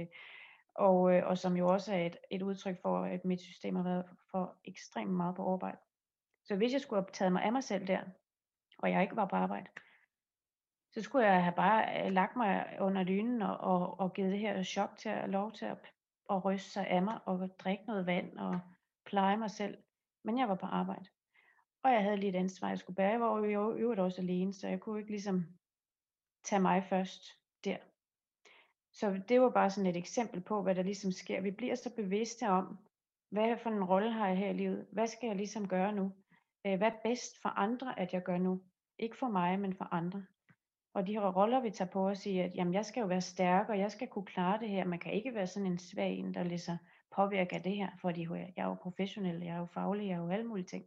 Speaker 2: Og som jo også er et udtryk for, at mit system har været for ekstremt meget på arbejde. Så hvis jeg skulle have taget mig af mig selv der, og jeg ikke var på arbejde, så skulle jeg have bare lagt mig under dynen og givet det her chok til at lov til at ryste sig af mig og drikke noget vand og pleje mig selv. Men jeg var på arbejde. Og jeg havde lige et ansvar, jeg skulle bære. Jeg var jo i øvrigt også alene, så jeg kunne ikke ligesom tage mig først der. Så det var bare sådan et eksempel på, hvad der ligesom sker. Vi bliver så bevidste om, hvad for en rolle har jeg her i livet? Hvad skal jeg ligesom gøre nu? Hvad er bedst for andre, at jeg gør nu? Ikke for mig, men for andre. Og de her roller, vi tager på os i, at jamen, jeg skal jo være stærk, og jeg skal kunne klare det her. Man kan ikke være sådan en svag en, der lader sig påvirke af det her, fordi jeg er jo professionel, jeg er jo faglig, jeg er jo alle mulige ting.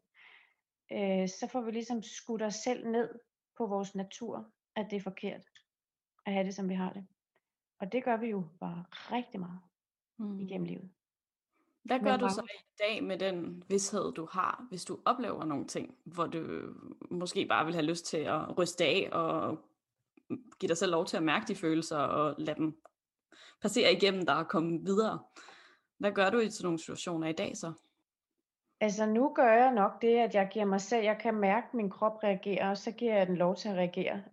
Speaker 2: Så får vi ligesom skudt os selv ned på vores natur, at det er forkert at have det, som vi har det. Og det gør vi jo bare rigtig meget igennem livet.
Speaker 3: Hvad gør du så i dag med den vished, du har, hvis du oplever nogle ting, hvor du måske bare vil have lyst til at ryste af og give dig selv lov til at mærke de følelser og lade dem passere igennem dig og komme videre? Hvad gør du i sådan nogle situationer i dag så?
Speaker 2: Altså nu gør jeg nok det, at jeg giver mig selv, jeg kan mærke, at min krop reagerer, og så giver jeg den lov til at reagere.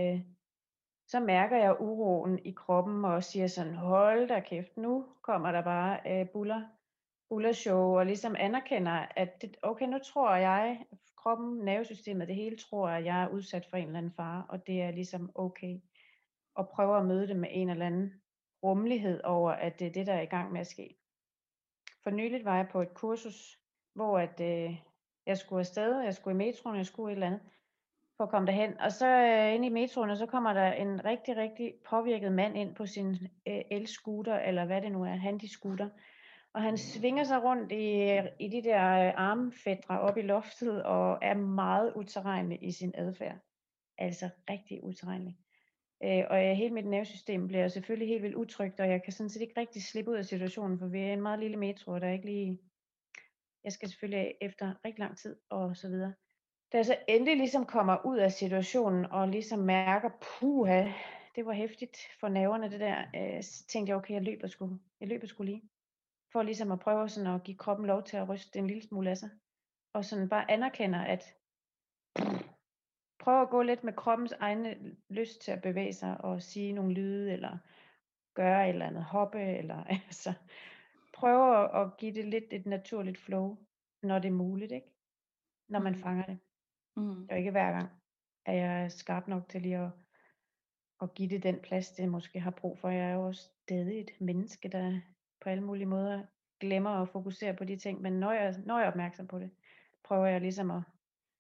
Speaker 2: Så mærker jeg uroen i kroppen og siger sådan, hold da kæft, nu kommer der bare bullershow, og ligesom anerkender, at okay, nu tror jeg, kroppen, nervesystemet, det hele tror, at jeg er udsat for en eller anden fare, og det er ligesom okay. Og prøver at møde det med en eller anden rummelighed over, at det er det, der er i gang med at ske. For nyligt var jeg på et kursus, hvor jeg skulle afsted, jeg skulle i metroen, jeg skulle et eller andet, for at komme derhen. Og så inde i metroen, så kommer der en rigtig, rigtig påvirket mand ind på sin el-scooter, eller hvad det nu er, handy-scooter. Og han svinger sig rundt i de der armfætre op i loftet, og er meget utilregnelig i sin adfærd. Altså rigtig utilregnelig. Og hele mit nervesystem bliver selvfølgelig helt vildt utrygt, og jeg kan sådan set ikke rigtig slippe ud af situationen, for vi er en meget lille metro, og der er ikke lige... Jeg skal selvfølgelig efter rigtig lang tid, og så videre. Da jeg så endelig ligesom kommer ud af situationen, og ligesom mærker, puha, det var hæftigt for nerverne det der, så tænkte jeg, okay, jeg løber sgu lige. For ligesom at prøve sådan at give kroppen lov til at ryste en lille smule af sig. og sådan bare anerkender, at prøv at gå lidt med kroppens egne lyst til at bevæge sig, og sige nogle lyde, eller gøre et eller andet, hoppe, eller altså, prøv at give det lidt et naturligt flow, når det er muligt, ikke? Når man fanger det. Det er ikke hver gang, at jeg er skarp nok til lige at give det den plads, det måske har brug for. Jeg er jo også stadig et menneske, der på alle mulige måder glemmer at fokusere på de ting, men når jeg er opmærksom på det, prøver jeg ligesom at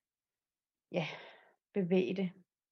Speaker 2: bevæge det.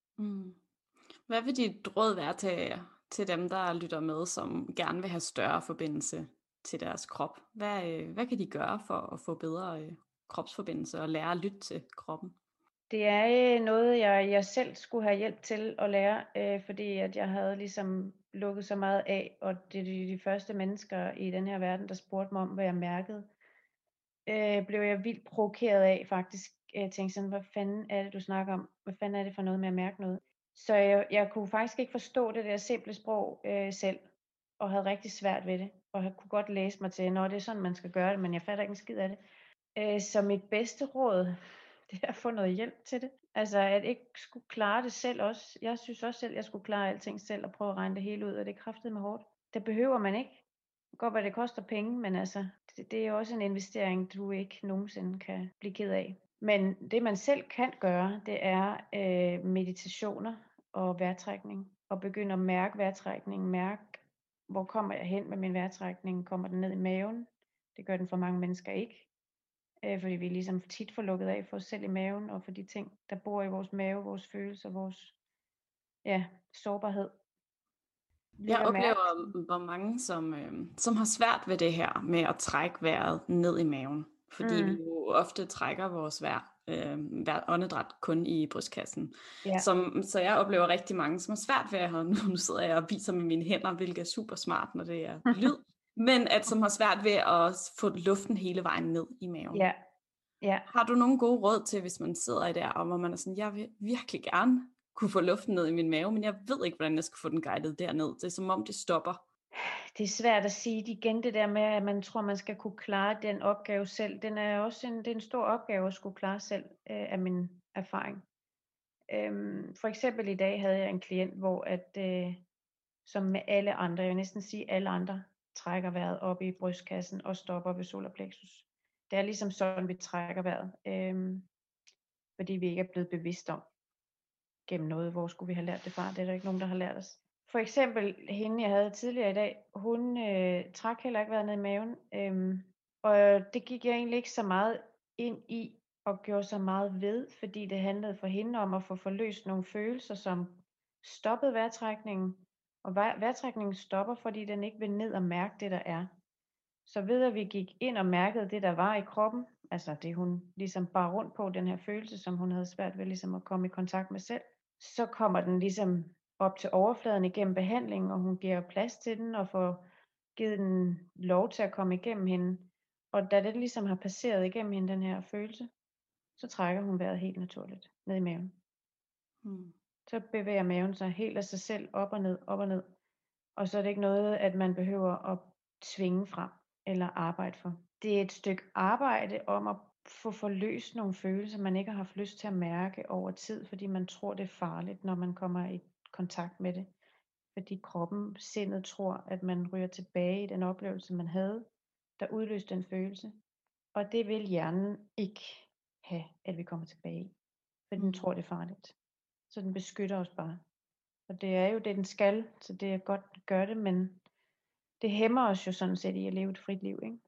Speaker 3: Hvad vil dit råd være til dem, der lytter med, som gerne vil have større forbindelse til deres krop? Hvad kan de gøre for at få bedre kropsforbindelse og lære at lytte til kroppen?
Speaker 2: Det er noget, jeg selv skulle have hjælp til at lære, fordi at jeg havde ligesom lukket så meget af, og det er de første mennesker i den her verden, der spurgte mig om, hvad jeg mærkede. Blev jeg vildt provokeret af faktisk. Jeg tænkte sådan, hvad fanden er det, du snakker om? Hvad fanden er det for noget med at mærke noget? Så jeg kunne faktisk ikke forstå det der simple sprog selv, og havde rigtig svært ved det, og jeg kunne godt læse mig til, når det er sådan, man skal gøre det, men jeg fatter ikke en skid af det. Så mit bedste råd, det er at få noget hjælp til det. Altså at ikke skulle klare det selv også. Jeg synes også selv, at jeg skulle klare alting selv, og prøve at regne det hele ud, og det er kraftedeme hårdt. Det behøver man ikke. Godt hvad det koster penge, men altså, det er også en investering, du ikke nogensinde kan blive ked af. Men det man selv kan gøre, det er meditationer og vejrtrækning. Og begynde at mærke vejrtrækningen. Mærke, hvor kommer jeg hen med min vejrtrækning? Kommer den ned i maven? Det gør den for mange mennesker ikke. Fordi vi ligesom tit får lukket af for os selv i maven, og for de ting, der bor i vores mave, vores følelser, vores sårbarhed.
Speaker 3: Jeg oplever, hvor mange, som har svært ved det her med at trække vejret ned i maven. Fordi vi jo ofte trækker vores hvert åndedræt kun i brystkassen.
Speaker 2: Ja.
Speaker 3: Så jeg oplever rigtig mange, som har svært ved at, nu sidder jeg og viser med mine hænder, hvilket er super smart, når det er lyd, men som har svært ved at få luften hele vejen ned i maven.
Speaker 2: Ja. Ja.
Speaker 3: Har du nogle gode råd til, hvis man sidder i der, og hvor man er sådan, jeg vil virkelig gerne kunne få luften ned i min mave, men jeg ved ikke, hvordan jeg skal få den guidet derned. Det er som om, det stopper.
Speaker 2: Det er svært at sige igen, det der med, at man tror, man skal kunne klare den opgave selv. Det er en stor opgave at skulle klare selv, af min erfaring. For eksempel i dag havde jeg en klient, hvor at, som med alle andre, jeg vil næsten sige alle andre, trækker vejret op i brystkassen og stopper ved solar plexus. Det er ligesom sådan, vi trækker vejret, fordi vi ikke er blevet bevidst om gennem noget, hvor skulle vi have lært det fra. Det er der ikke nogen, der har lært os. For eksempel hende, jeg havde tidligere i dag, hun trak heller ikke vejret ned i maven, og det gik jeg egentlig ikke så meget ind i og gjorde så meget ved, fordi det handlede for hende om at få forløst nogle følelser, som stoppede vejrtrækningen, og vejrtrækningen stopper, fordi den ikke vil ned og mærke det, der er. Så ved at vi gik ind og mærkede det, der var i kroppen, altså det hun ligesom bar rundt på, den her følelse, som hun havde svært ved ligesom at komme i kontakt med selv, så kommer den ligesom op til overfladen igennem behandlingen, og hun giver plads til den, og får givet den lov til at komme igennem hende. Og da det ligesom har passeret igennem hende, den her følelse, så trækker hun vejret helt naturligt ned i maven. Så bevæger maven sig helt af sig selv op og ned, op og ned. Og så er det ikke noget, at man behøver at tvinge frem eller arbejde for. Det er et stykke arbejde om at få forløst nogle følelser, man ikke har haft lyst til at mærke over tid, fordi man tror, det er farligt, når man kommer i kontakt med det. Fordi kroppen, sindet tror, at man ryger tilbage i den oplevelse, man havde, der udløste den følelse. Og det vil hjernen ikke have, at vi kommer tilbage i. For den tror, det er farligt. Så den beskytter os bare. Og det er jo det, den skal, så det er godt at gøre det, men det hæmmer os jo sådan set i at leve et frit liv, ikke?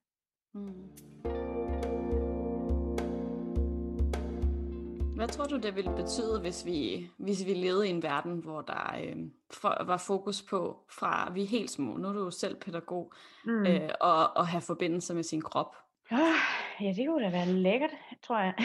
Speaker 3: Hvad tror du, det ville betyde, hvis vi levede i en verden, hvor der var fokus på, fra vi er helt små, nu er du jo selv pædagog, og have forbindelse med sin krop?
Speaker 2: Ja, det kunne da være lækkert, tror jeg.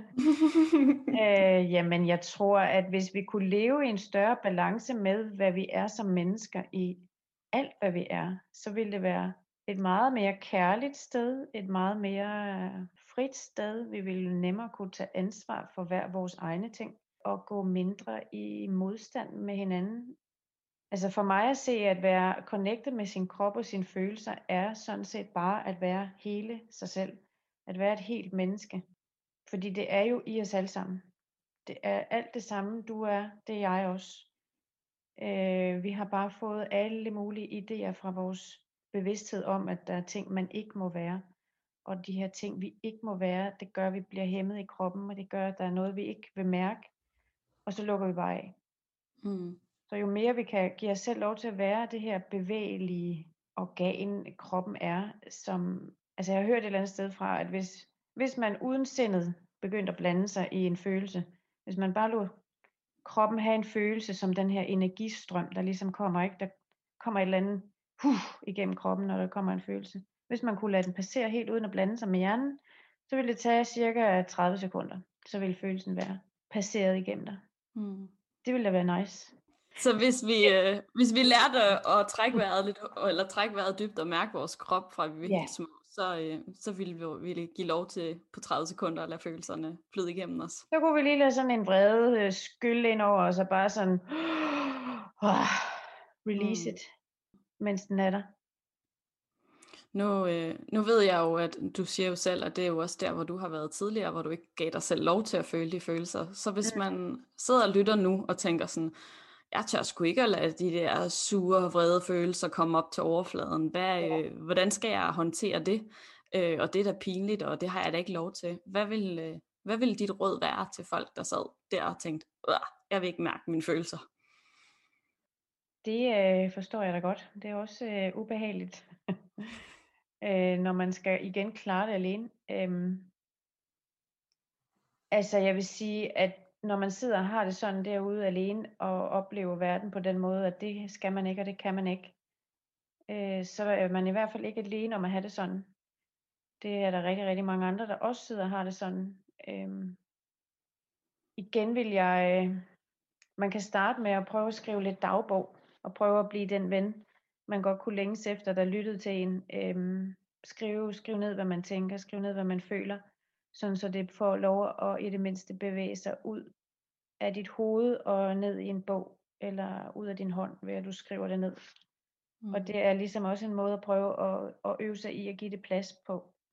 Speaker 2: Jamen, jeg tror, at hvis vi kunne leve i en større balance med, hvad vi er som mennesker i alt, hvad vi er, så ville det være et meget mere kærligt sted, et meget mere frit sted. Vi ville nemmere kunne tage ansvar for hver vores egne ting, og gå mindre i modstand med hinanden. Altså for mig at se, at være connected med sin krop og sine følelser, er sådan set bare at være hele sig selv. At være et helt menneske. Fordi det er jo i os alle sammen. Det er alt det samme, du er, det er jeg også. Vi har bare fået alle mulige idéer fra vores bevidsthed om, at der er ting, man ikke må være. Og de her ting, vi ikke må være, det gør, at vi bliver hæmmet i kroppen, og det gør, at der er noget, vi ikke vil mærke, og så lukker vi bare af.
Speaker 3: Mm.
Speaker 2: Så jo mere vi kan give os selv lov til at være det her bevægelige organ, kroppen er, som, altså jeg har hørt et eller andet sted fra, at hvis man uden sindet begyndte at blande sig i en følelse, hvis man bare lod kroppen have en følelse som den her energistrøm, der ligesom kommer, ikke? Der kommer et eller andet igennem kroppen, når der kommer en følelse. Hvis man kunne lade den passere helt uden at blande sig med hjernen, så ville det tage cirka 30 sekunder. Så ville følelsen være passeret igennem dig.
Speaker 3: Mm.
Speaker 2: Det ville da være nice.
Speaker 3: Så hvis vi lærte at trække vejret lidt, eller trække vejret dybt og mærke vores krop fra vi var helt små, så ville vi give lov til på 30 sekunder at lade følelserne flyde igennem os.
Speaker 2: Så kunne vi lige lade sådan en vrede skylle ind over os og bare sådan release it, mens den er der.
Speaker 3: Nu ved jeg jo, at du siger jo selv, at det er jo også der, hvor du har været tidligere, hvor du ikke gav dig selv lov til at føle de følelser. Så hvis man sidder og lytter nu og tænker sådan, jeg tør sgu ikke at lade de der sure, vrede følelser komme op til overfladen. Hvordan skal jeg håndtere det? Og det er da pinligt, og det har jeg da ikke lov til. Hvad vil dit råd være til folk, der sad der og tænkte, jeg vil ikke mærke mine følelser?
Speaker 2: Det forstår jeg da godt. Det er også ubehageligt, når man skal igen klare det alene. Altså jeg vil sige, at når man sidder og har det sådan derude alene, og oplever verden på den måde, at det skal man ikke, og det kan man ikke, så er man i hvert fald ikke alene om at have det sådan. Det er der rigtig, rigtig mange andre, der også sidder og har det sådan. Igen vil jeg, man kan starte med at prøve at skrive lidt dagbog, og prøve at blive den ven, man godt kunne længes efter, der lyttede til en. Skriv ned, hvad man tænker, skriv ned, hvad man føler, sådan så det får lov at i det mindste bevæge sig ud af dit hoved og ned i en bog, eller ud af din hånd, ved at du skriver det ned. Og det er ligesom også en måde at prøve at øve sig i at give det plads på.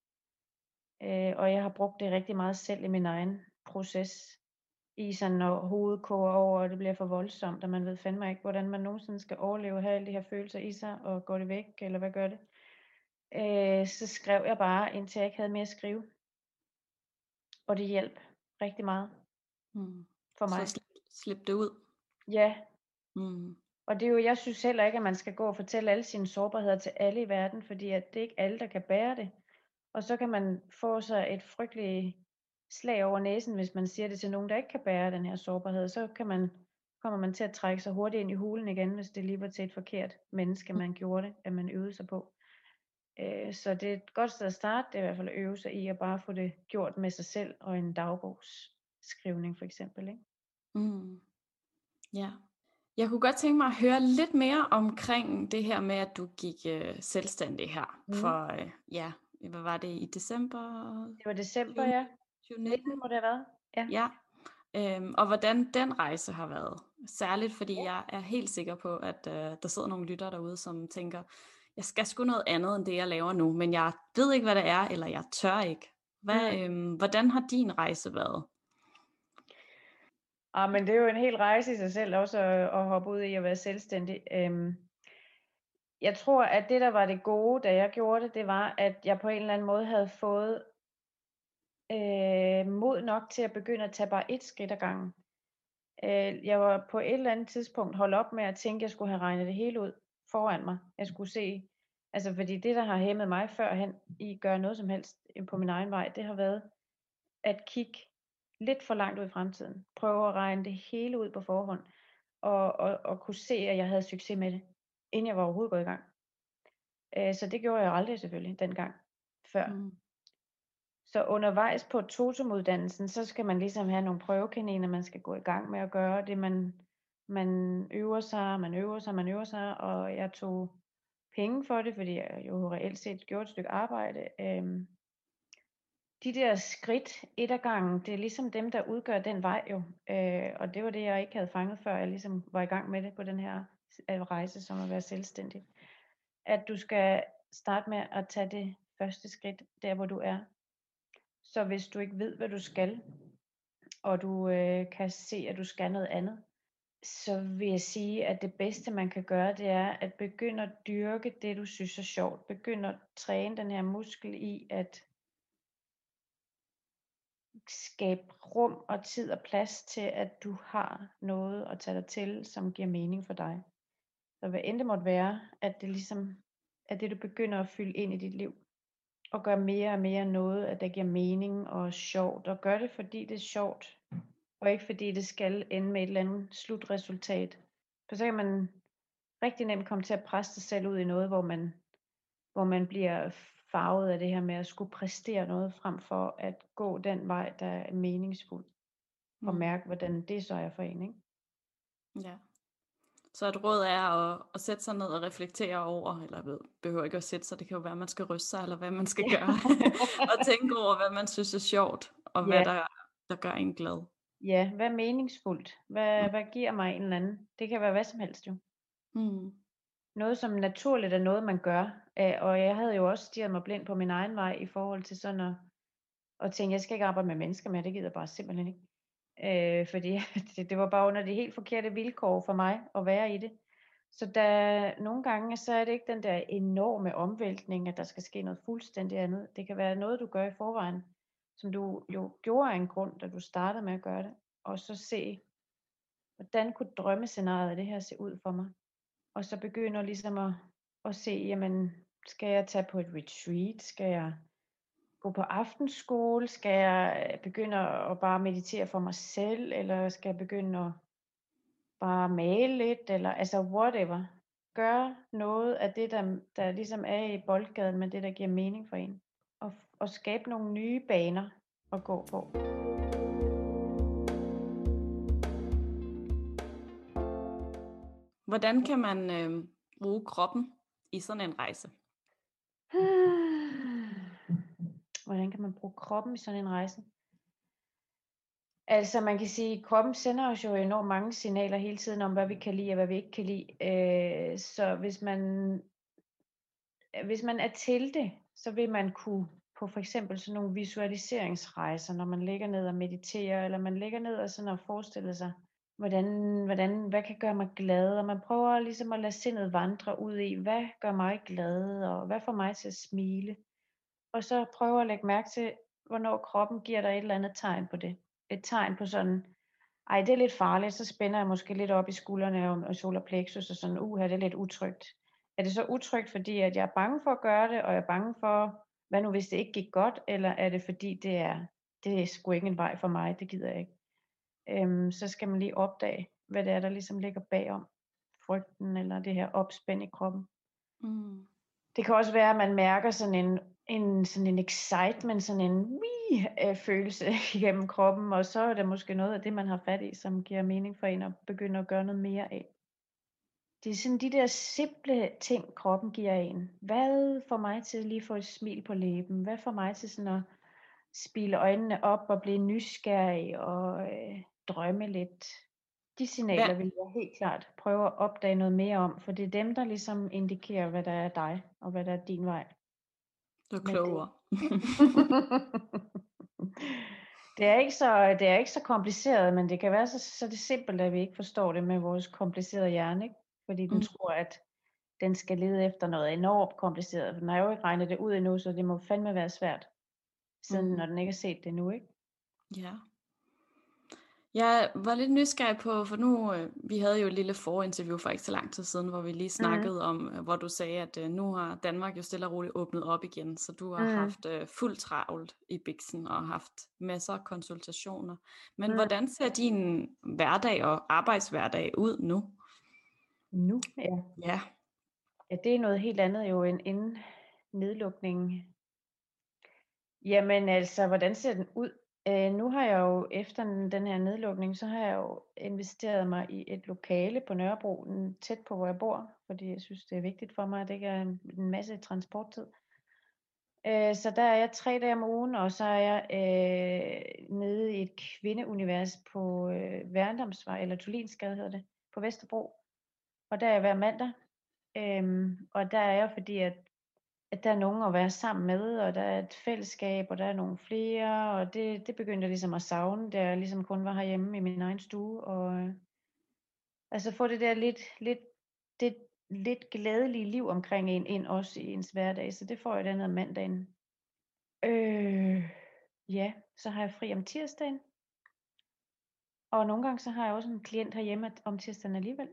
Speaker 2: Og jeg har brugt det rigtig meget selv i min egen proces, i sådan når hovedet koger over, og det bliver for voldsomt, og man ved fandme ikke, hvordan man nogensinde skal overleve at have alle de her følelser i sig, og går det væk, eller hvad gør det? Så skrev jeg bare, indtil jeg ikke havde mere at skrive. Og det hjalp rigtig meget for mig.
Speaker 3: Så slip det ud.
Speaker 2: Ja. Og det er jo, jeg synes heller ikke, at man skal gå og fortælle alle sine sårbarheder til alle i verden, fordi at det er ikke alle, der kan bære det. Og så kan man få sig et frygteligt slag over næsen, hvis man siger det til nogen, der ikke kan bære den her sårbarhed. Så kommer man til at trække sig hurtigt ind i hulen igen, hvis det lige var til et forkert menneske, man gjorde det, at man øvede sig på. Så det er et godt sted at starte, det er i hvert fald at øve sig i at bare få det gjort med sig selv, og en dagbogsskrivning for eksempel, ikke?
Speaker 3: Ja. Jeg kunne godt tænke mig at høre lidt mere omkring det her med, at du gik selvstændig her for, hvad var det, i december?
Speaker 2: Det var december, ja. 2019 må det have været.
Speaker 3: Ja. Og hvordan den rejse har været. Særligt fordi jeg er helt sikker på, at der sidder nogle lyttere derude, som tænker, jeg skal sgu noget andet end det, jeg laver nu, men jeg ved ikke, hvad det er, eller jeg tør ikke. Hvordan har din rejse været?
Speaker 2: Men det er jo en hel rejse i sig selv også at hoppe ud i at være selvstændig. Jeg tror, at det, der var det gode, da jeg gjorde det, det var, at jeg på en eller anden måde havde fået mod nok til at begynde at tage bare et skridt ad gangen. Jeg var på et eller andet tidspunkt holdt op med at tænke, at jeg skulle have regnet det hele ud foran mig. Jeg skulle se, altså fordi det, der har hæmmet mig førhen i at gøre noget som helst på min egen vej, det har været at kigge lidt for langt ud i fremtiden. Prøve at regne det hele ud på forhånd. Og kunne se, at jeg havde succes med det, inden jeg var overhovedet gået i gang. Så det gjorde jeg aldrig selvfølgelig dengang før. Så undervejs på TOTUM-uddannelsen, så skal man ligesom have nogle prøvekaniner, man skal gå i gang med at gøre det, man øver sig, og jeg tog penge for det, fordi jeg jo reelt set gjorde et stykke arbejde. De der skridt et ad gangen, det er ligesom dem, der udgør den vej jo. Og det var det, jeg ikke havde fanget, før jeg ligesom var i gang med det på den her rejse, som at være selvstændig. At du skal starte med at tage det første skridt, der hvor du er. Så hvis du ikke ved, hvad du skal, og du kan se, at du skal noget andet, så vil jeg sige, at det bedste, man kan gøre, det er at begynde at dyrke det, du synes er sjovt. Begynde at træne den her muskel i at skabe rum og tid og plads til, at du har noget at tage dig til, som giver mening for dig. Så hvad end det måtte være, at det ligesom er det, du begynder at fylde ind i dit liv. Og gøre mere og mere noget, at det giver mening og sjovt. Og gør det, fordi det er sjovt. Og ikke fordi det skal ende med et eller andet slutresultat. For så kan man rigtig nemt komme til at presse sig selv ud i noget, hvor man bliver farvet af det her med at skulle præstere noget, frem for at gå den vej, der er meningsfuld. Og mærke, hvordan det så er for en, ikke?
Speaker 3: Ja. Så et råd er at sætte sig ned og reflektere over, eller behøver ikke at sætte sig, det kan jo være, at man skal ryste sig, eller hvad man skal gøre, og tænke over, hvad man synes er sjovt, og hvad der gør en glad.
Speaker 2: Ja, hvad er meningsfuldt? Hvad giver mig en eller anden? Det kan være hvad som helst jo. Noget, som naturligt er noget, man gør. Og jeg havde jo også stirret mig blind på min egen vej, i forhold til sådan at tænke, jeg skal ikke arbejde med mennesker mere, det gider jeg bare simpelthen ikke. Fordi det var bare under de helt forkerte vilkår for mig at være i det. Så nogle gange, så er det ikke den der enorme omvæltning, at der skal ske noget fuldstændig andet. Det kan være noget, du gør i forvejen, som du jo gjorde af en grund, da du startede med at gøre det. Og så se, hvordan kunne drømmescenariet af det her se ud for mig. Og så begynder ligesom at se, jamen, skal jeg tage på et retreat? Skal jeg gå på aftenskole? Skal jeg begynde at bare meditere for mig selv? Eller skal jeg begynde at bare male lidt? Eller altså whatever. Gør noget af det, der ligesom er i boldgaden, med det, der giver mening for en. Og skabe nogle nye baner at gå på.
Speaker 3: Hvordan kan man bruge kroppen i sådan en rejse?
Speaker 2: Hvordan kan man bruge kroppen i sådan en rejse? Altså man kan sige, at kroppen sender os jo enormt mange signaler hele tiden om, hvad vi kan lide og hvad vi ikke kan lide. Så hvis man er til det, så vil man kunne på for eksempel sådan nogle visualiseringsrejser, når man ligger ned og mediterer, eller man ligger ned og sådan og forestiller sig, hvad kan gøre mig glad, og man prøver ligesom at lade sindet vandre ud i, hvad gør mig glad, og hvad får mig til at smile. Og så prøver at lægge mærke til, hvornår kroppen giver dig et eller andet tegn på det. Et tegn på sådan, det er lidt farligt, så spænder jeg måske lidt op i skuldrene og solar plexus, og sådan, det er lidt utrygt. Er det så utrygt, fordi at jeg er bange for at gøre det, og jeg er bange for, hvad nu hvis det ikke gik godt, eller er det fordi det er sgu ikke en vej for mig, det gider jeg ikke. Så skal man lige opdage, hvad det er, der ligesom ligger bagom frygten, eller det her opspænd i kroppen. Det kan også være, at man mærker sådan en excitement, sådan en følelse igennem kroppen, og så er det måske noget af det, man har fat i, som giver mening for en at begynde at gøre noget mere af. Det er sådan de der simple ting, kroppen giver en. Hvad får mig til at lige få et smil på læben? Hvad får mig til sådan at spile øjnene op og blive nysgerrig og drømme lidt? De signaler vil jeg helt klart prøve at opdage noget mere om, for det er dem, der ligesom indikerer, hvad der er dig, og hvad der er din vej.
Speaker 3: Du er klogere.
Speaker 2: Det er ikke så kompliceret, men det kan være så det simpelt, at vi ikke forstår det med vores komplicerede hjerne, ikke? Fordi den tror, at den skal lede efter noget enormt kompliceret. Den har jo ikke regnet det ud endnu, så det må fandme være svært, siden når den ikke har set det endnu, ikke?
Speaker 3: Ja. Jeg var lidt nysgerrig på, for nu, vi havde jo et lille forinterview for ikke så lang tid siden, hvor vi lige snakkede om, hvor du sagde, at nu har Danmark jo stille og roligt åbnet op igen, så du har haft fuldt travlt i biksen og haft masser af konsultationer. Men hvordan ser din hverdag og arbejdshverdag ud nu?
Speaker 2: Nu, ja.
Speaker 3: Ja.
Speaker 2: Ja, det er noget helt andet jo end inden nedlukningen. Jamen altså, hvordan ser den ud? Nu har jeg jo efter den her nedlukning, så har jeg jo investeret mig i et lokale på Nørrebro, tæt på hvor jeg bor, fordi jeg synes det er vigtigt for mig, at det ikke er en masse transporttid. Så der er jeg 3 dage om ugen, og så er jeg nede i et kvindeunivers på Værndomsvej, eller Tullinsgade hedder det, på Vesterbro. Og der er jeg hver mandag. Og der er jeg, fordi at at der er nogen at være sammen med, og der er et fællesskab, og der er nogle flere, og det begyndte jeg ligesom at savne, da jeg ligesom kun var herhjemme i min egen stue, og altså få det der lidt glædelige liv omkring en, ind også i ens hverdag, så det får jeg den her mandagen. Ja, så har jeg fri om tirsdagen, og nogle gange så har jeg også en klient herhjemme om tirsdagen alligevel,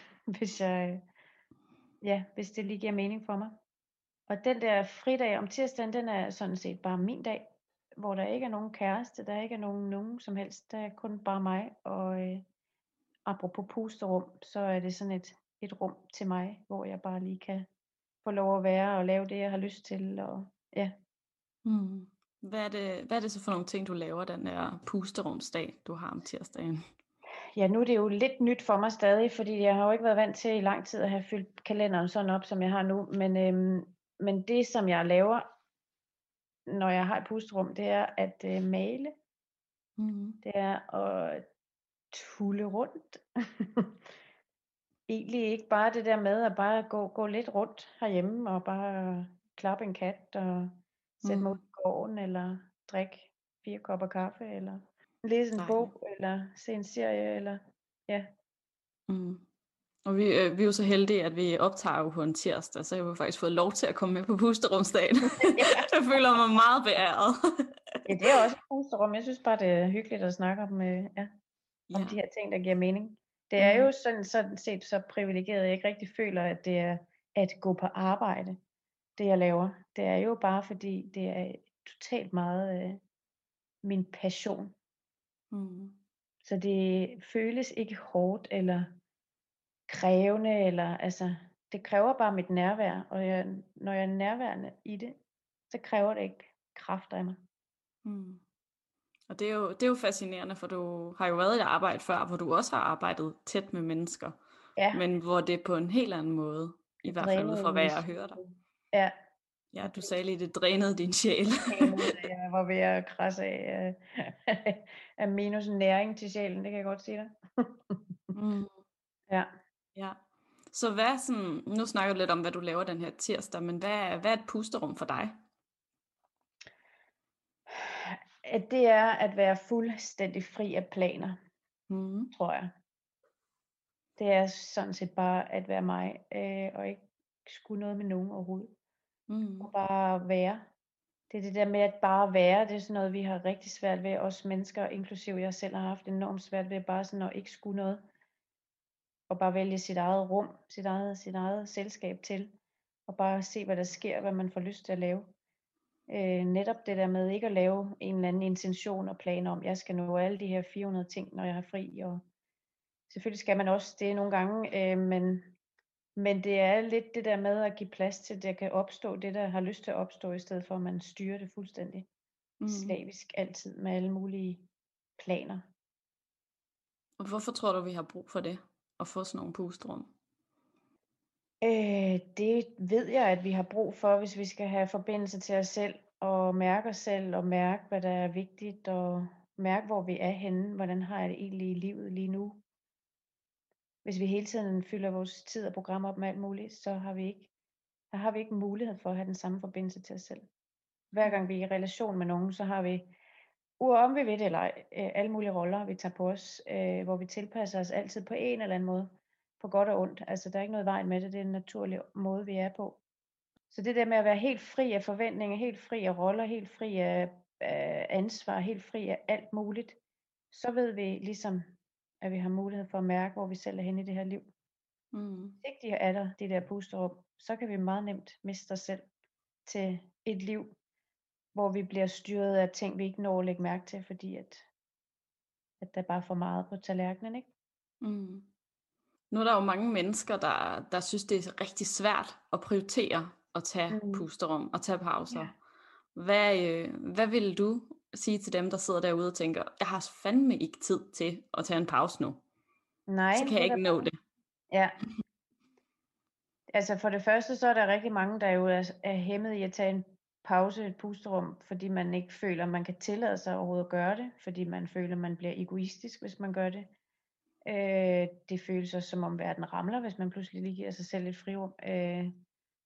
Speaker 2: hvis det lige giver mening for mig. Og den der fridag om tirsdagen, den er sådan set bare min dag, hvor der ikke er nogen kæreste, der ikke er nogen som helst, der er kun bare mig, og apropos pusterum, så er det sådan et rum til mig, hvor jeg bare lige kan få lov at være og lave det, jeg har lyst til, og ja.
Speaker 3: Hvad er det så for nogle ting, du laver den der pusterumsdag, du har om tirsdagen?
Speaker 2: Ja, nu er det jo lidt nyt for mig stadig, fordi jeg har jo ikke været vant til i lang tid at have fyldt kalenderen sådan op, som jeg har nu, men det, som jeg laver, når jeg har et pusterum, det er at male. Det er at tulle rundt. Egentlig ikke bare det der med at bare gå lidt rundt herhjemme og bare klappe en kat og sætte mig ud i gården eller drikke 4 kopper kaffe eller læse en bog eller se en serie eller ja.
Speaker 3: Og vi er jo så heldige, at vi optager jo på en tirsdag, så jeg har faktisk fået lov til at komme med på pusterumsdagen. Jeg føler mig meget beæret.
Speaker 2: Ja, det er også et pusterum. Jeg synes bare, det er hyggeligt at snakke om de her ting, der giver mening. Det er jo sådan set så privilegeret, at jeg ikke rigtig føler, at det er at gå på arbejde, det jeg laver. Det er jo bare fordi, det er totalt meget min passion. Så det føles ikke hårdt eller krævende, eller altså, det kræver bare mit nærvær, og når jeg er nærværende i det, så kræver det ikke kræfter af mig.
Speaker 3: Og det er jo fascinerende, for du har jo været i et arbejde før, hvor du også har arbejdet tæt med mennesker, men hvor det er på en helt anden måde, i hvert fald ud fra hvad jeg hører dig. Ja, du sagde lige, det drænede din sjæl.
Speaker 2: Jeg var ved at krasse af minus næring til sjælen, det kan jeg godt sige dig.
Speaker 3: Ja. Så hvad sådan, nu snakker du lidt om, hvad du laver den her tirsdag, men hvad er et pusterum for dig?
Speaker 2: At det er at være fuldstændig fri af planer, tror jeg. Det er sådan set bare at være mig, og ikke skulle noget med nogen overhovedet. Og bare være. Det er det der med at bare være, det er sådan noget, vi har rigtig svært ved, os mennesker, inklusive jeg selv har haft enormt svært ved, bare sådan at ikke skulle noget. Og bare vælge sit eget rum, sit eget selskab til, og bare se, hvad der sker, hvad man får lyst til at lave. Netop det der med ikke at lave en eller anden intention og plan om, jeg skal nå alle de her 400 ting, når jeg har fri, og selvfølgelig skal man også det nogle gange, men det er lidt det der med at give plads til, at der kan opstå det, der har lyst til at opstå, i stedet for at man styrer det fuldstændig slavisk altid med alle mulige planer.
Speaker 3: Og hvorfor tror du, vi har brug for det, at få sådan nogle pusterum?
Speaker 2: Det ved jeg, at vi har brug for, hvis vi skal have forbindelse til os selv, og mærke os selv, og mærke, hvad der er vigtigt, og mærke, hvor vi er henne, hvordan har jeg det egentlig i livet lige nu. Hvis vi hele tiden fylder vores tid og program op med alt muligt, så har vi ikke mulighed for at have den samme forbindelse til os selv. Hver gang vi er i relation med nogen, så har vi, om vi ved det eller ej, alle mulige roller, vi tager på os, hvor vi tilpasser os altid på en eller anden måde, på godt og ondt. Altså der er ikke noget vej med det, det er en naturlig måde, vi er på. Så det der med at være helt fri af forventninger, helt fri af roller, helt fri af ansvar, helt fri af alt muligt, så ved vi ligesom, at vi har mulighed for at mærke, hvor vi selv er henne i det her liv. Hvis ikke er der, de der pusterum, så kan vi meget nemt miste os selv til et liv, hvor vi bliver styret af ting, vi ikke når at lægge mærke til, fordi at der er bare for meget på tallerkenen, ikke?
Speaker 3: Nu er der jo mange mennesker, der synes, det er rigtig svært at prioritere at tage pusterum og tage pauser. Hvad vil du sige til dem, der sidder derude og tænker, jeg har fandme ikke tid til at tage en pause nu?
Speaker 2: Nej,
Speaker 3: så kan jeg ikke nå det.
Speaker 2: Ja. Altså for det første, så er der rigtig mange, der jo er hæmmet i at tage en pause, et pusterum, fordi man ikke føler, man kan tillade sig overhovedet at gøre det, fordi man føler, man bliver egoistisk, hvis man gør det. Det føles også som om verden ramler, hvis man pludselig lige giver sig selv et frirum.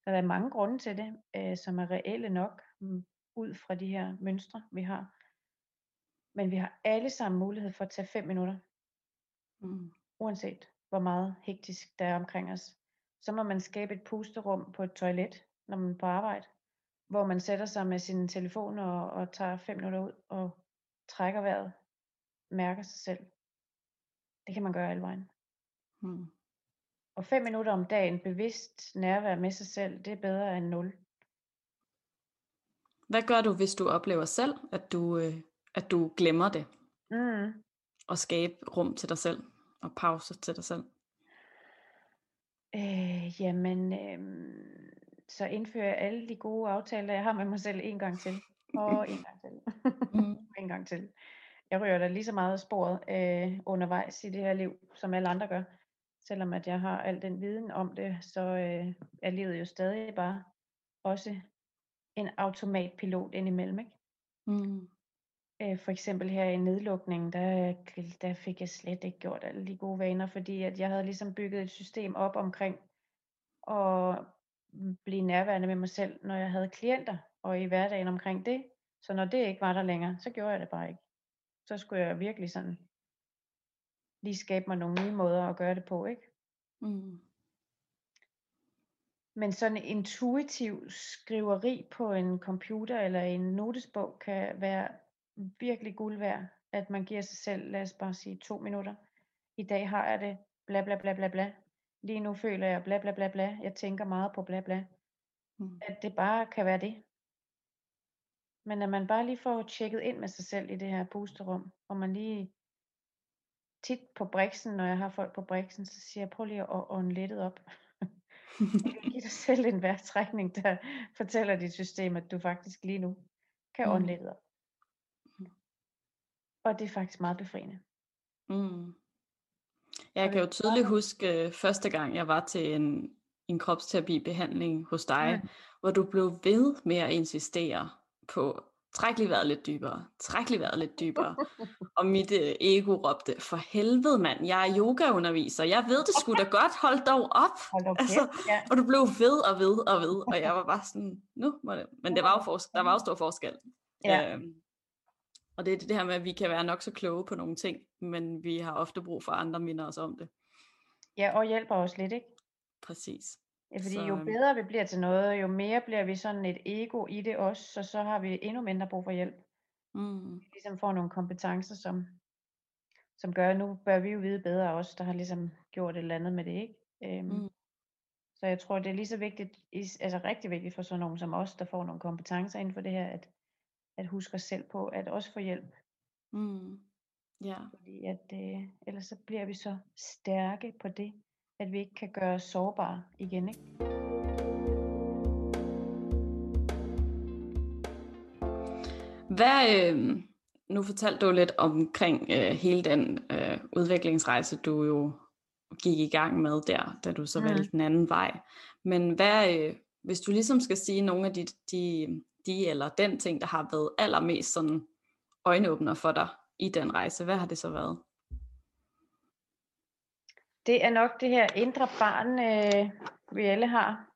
Speaker 2: der er mange grunde til det, som er reelle nok, ud fra de her mønstre, vi har. Men vi har alle sammen mulighed for at tage 5 minutter, uanset hvor meget hektisk der er omkring os. Så må man skabe et pusterum på et toilet, når man er på arbejde, hvor man sætter sig med sin telefon og tager 5 minutter ud og trækker vejret, mærker sig selv. Det kan man gøre alle vejen. Og 5 minutter om dagen bevidst nærvær med sig selv, det er bedre end 0.
Speaker 3: Hvad gør du, hvis du oplever selv, at du glemmer det? Og skabe rum til dig selv og pause til dig selv?
Speaker 2: Så indfører jeg alle de gode aftaler, jeg har med mig selv en gang til. Og en gang til. En gang til. Jeg rører da lige så meget af sporet undervejs i det her liv, som alle andre gør. Selvom at jeg har al den viden om det, så er livet jo stadig bare også en automatpilot indimellem, ikke? For eksempel her i nedlukningen, der fik jeg slet ikke gjort alle de gode vaner, fordi at jeg havde ligesom bygget et system op omkring at blive nærværende med mig selv, når jeg havde klienter, og i hverdagen omkring det. Så når det ikke var der længere, så gjorde jeg det bare ikke. Så skulle jeg virkelig sådan lige skabe mig nogle nye måder at gøre det på, ikke? Men sådan en intuitiv skriveri på en computer eller en notesbog kan være virkelig guld værd, at man giver sig selv, lad os bare sige 2 minutter. I dag har jeg det bla bla bla bla bla. Lige nu føler jeg bla bla bla bla. Jeg tænker meget på bla bla. At det bare kan være det. Men at man bare lige får tjekket ind med sig selv i det her pusterum, og man lige tit på briksen, når jeg har folk på briksen, så siger jeg, prøv lige at ånde lettet op. Giv dig selv en vejrtrækning, der fortæller dit system, at du faktisk lige nu kan ånde lettet op. Og det er faktisk meget befriende.
Speaker 3: Jeg kan jo tydeligt huske første gang, jeg var til en kropsterapibehandling hos dig, hvor du blev ved med at insistere på, træk lige vejret lidt dybere, træk lige vejret lidt dybere. Og mit ego råbte, for helvede mand, jeg er yogaunderviser, jeg ved det sgu da godt, hold dog op. Og du blev ved og ved og ved, og jeg var bare sådan, nu må det. Men der var jo stor forskel.
Speaker 2: Ja.
Speaker 3: Og det er det her med, at vi kan være nok så kloge på nogle ting, men vi har ofte brug for andre minder os om det.
Speaker 2: Ja, og hjælper os lidt, ikke?
Speaker 3: Præcis.
Speaker 2: Ja, fordi jo bedre vi bliver til noget, jo mere bliver vi sådan et ego i det også, så har vi endnu mindre brug for hjælp. Vi ligesom får nogle kompetencer, som gør, at nu bør vi jo vide bedre også, der har ligesom gjort et eller andet med det, ikke? Så jeg tror, det er lige så vigtigt, altså rigtig vigtigt for sådan nogen som os, der får nogle kompetencer inden for det her, at huske os selv på, at også få hjælp. Fordi at ellers så bliver vi så stærke på det, at vi ikke kan gøre os sårbare igen, ikke?
Speaker 3: Nu fortalte du lidt omkring hele den udviklingsrejse, du jo gik i gang med der, da du så valgte den anden vej. Men hvis du ligesom skal sige nogle af de eller den ting, der har været allermest sådan øjenåbner for dig i den rejse, hvad har det så været?
Speaker 2: Det er nok det her indre barn, vi alle har.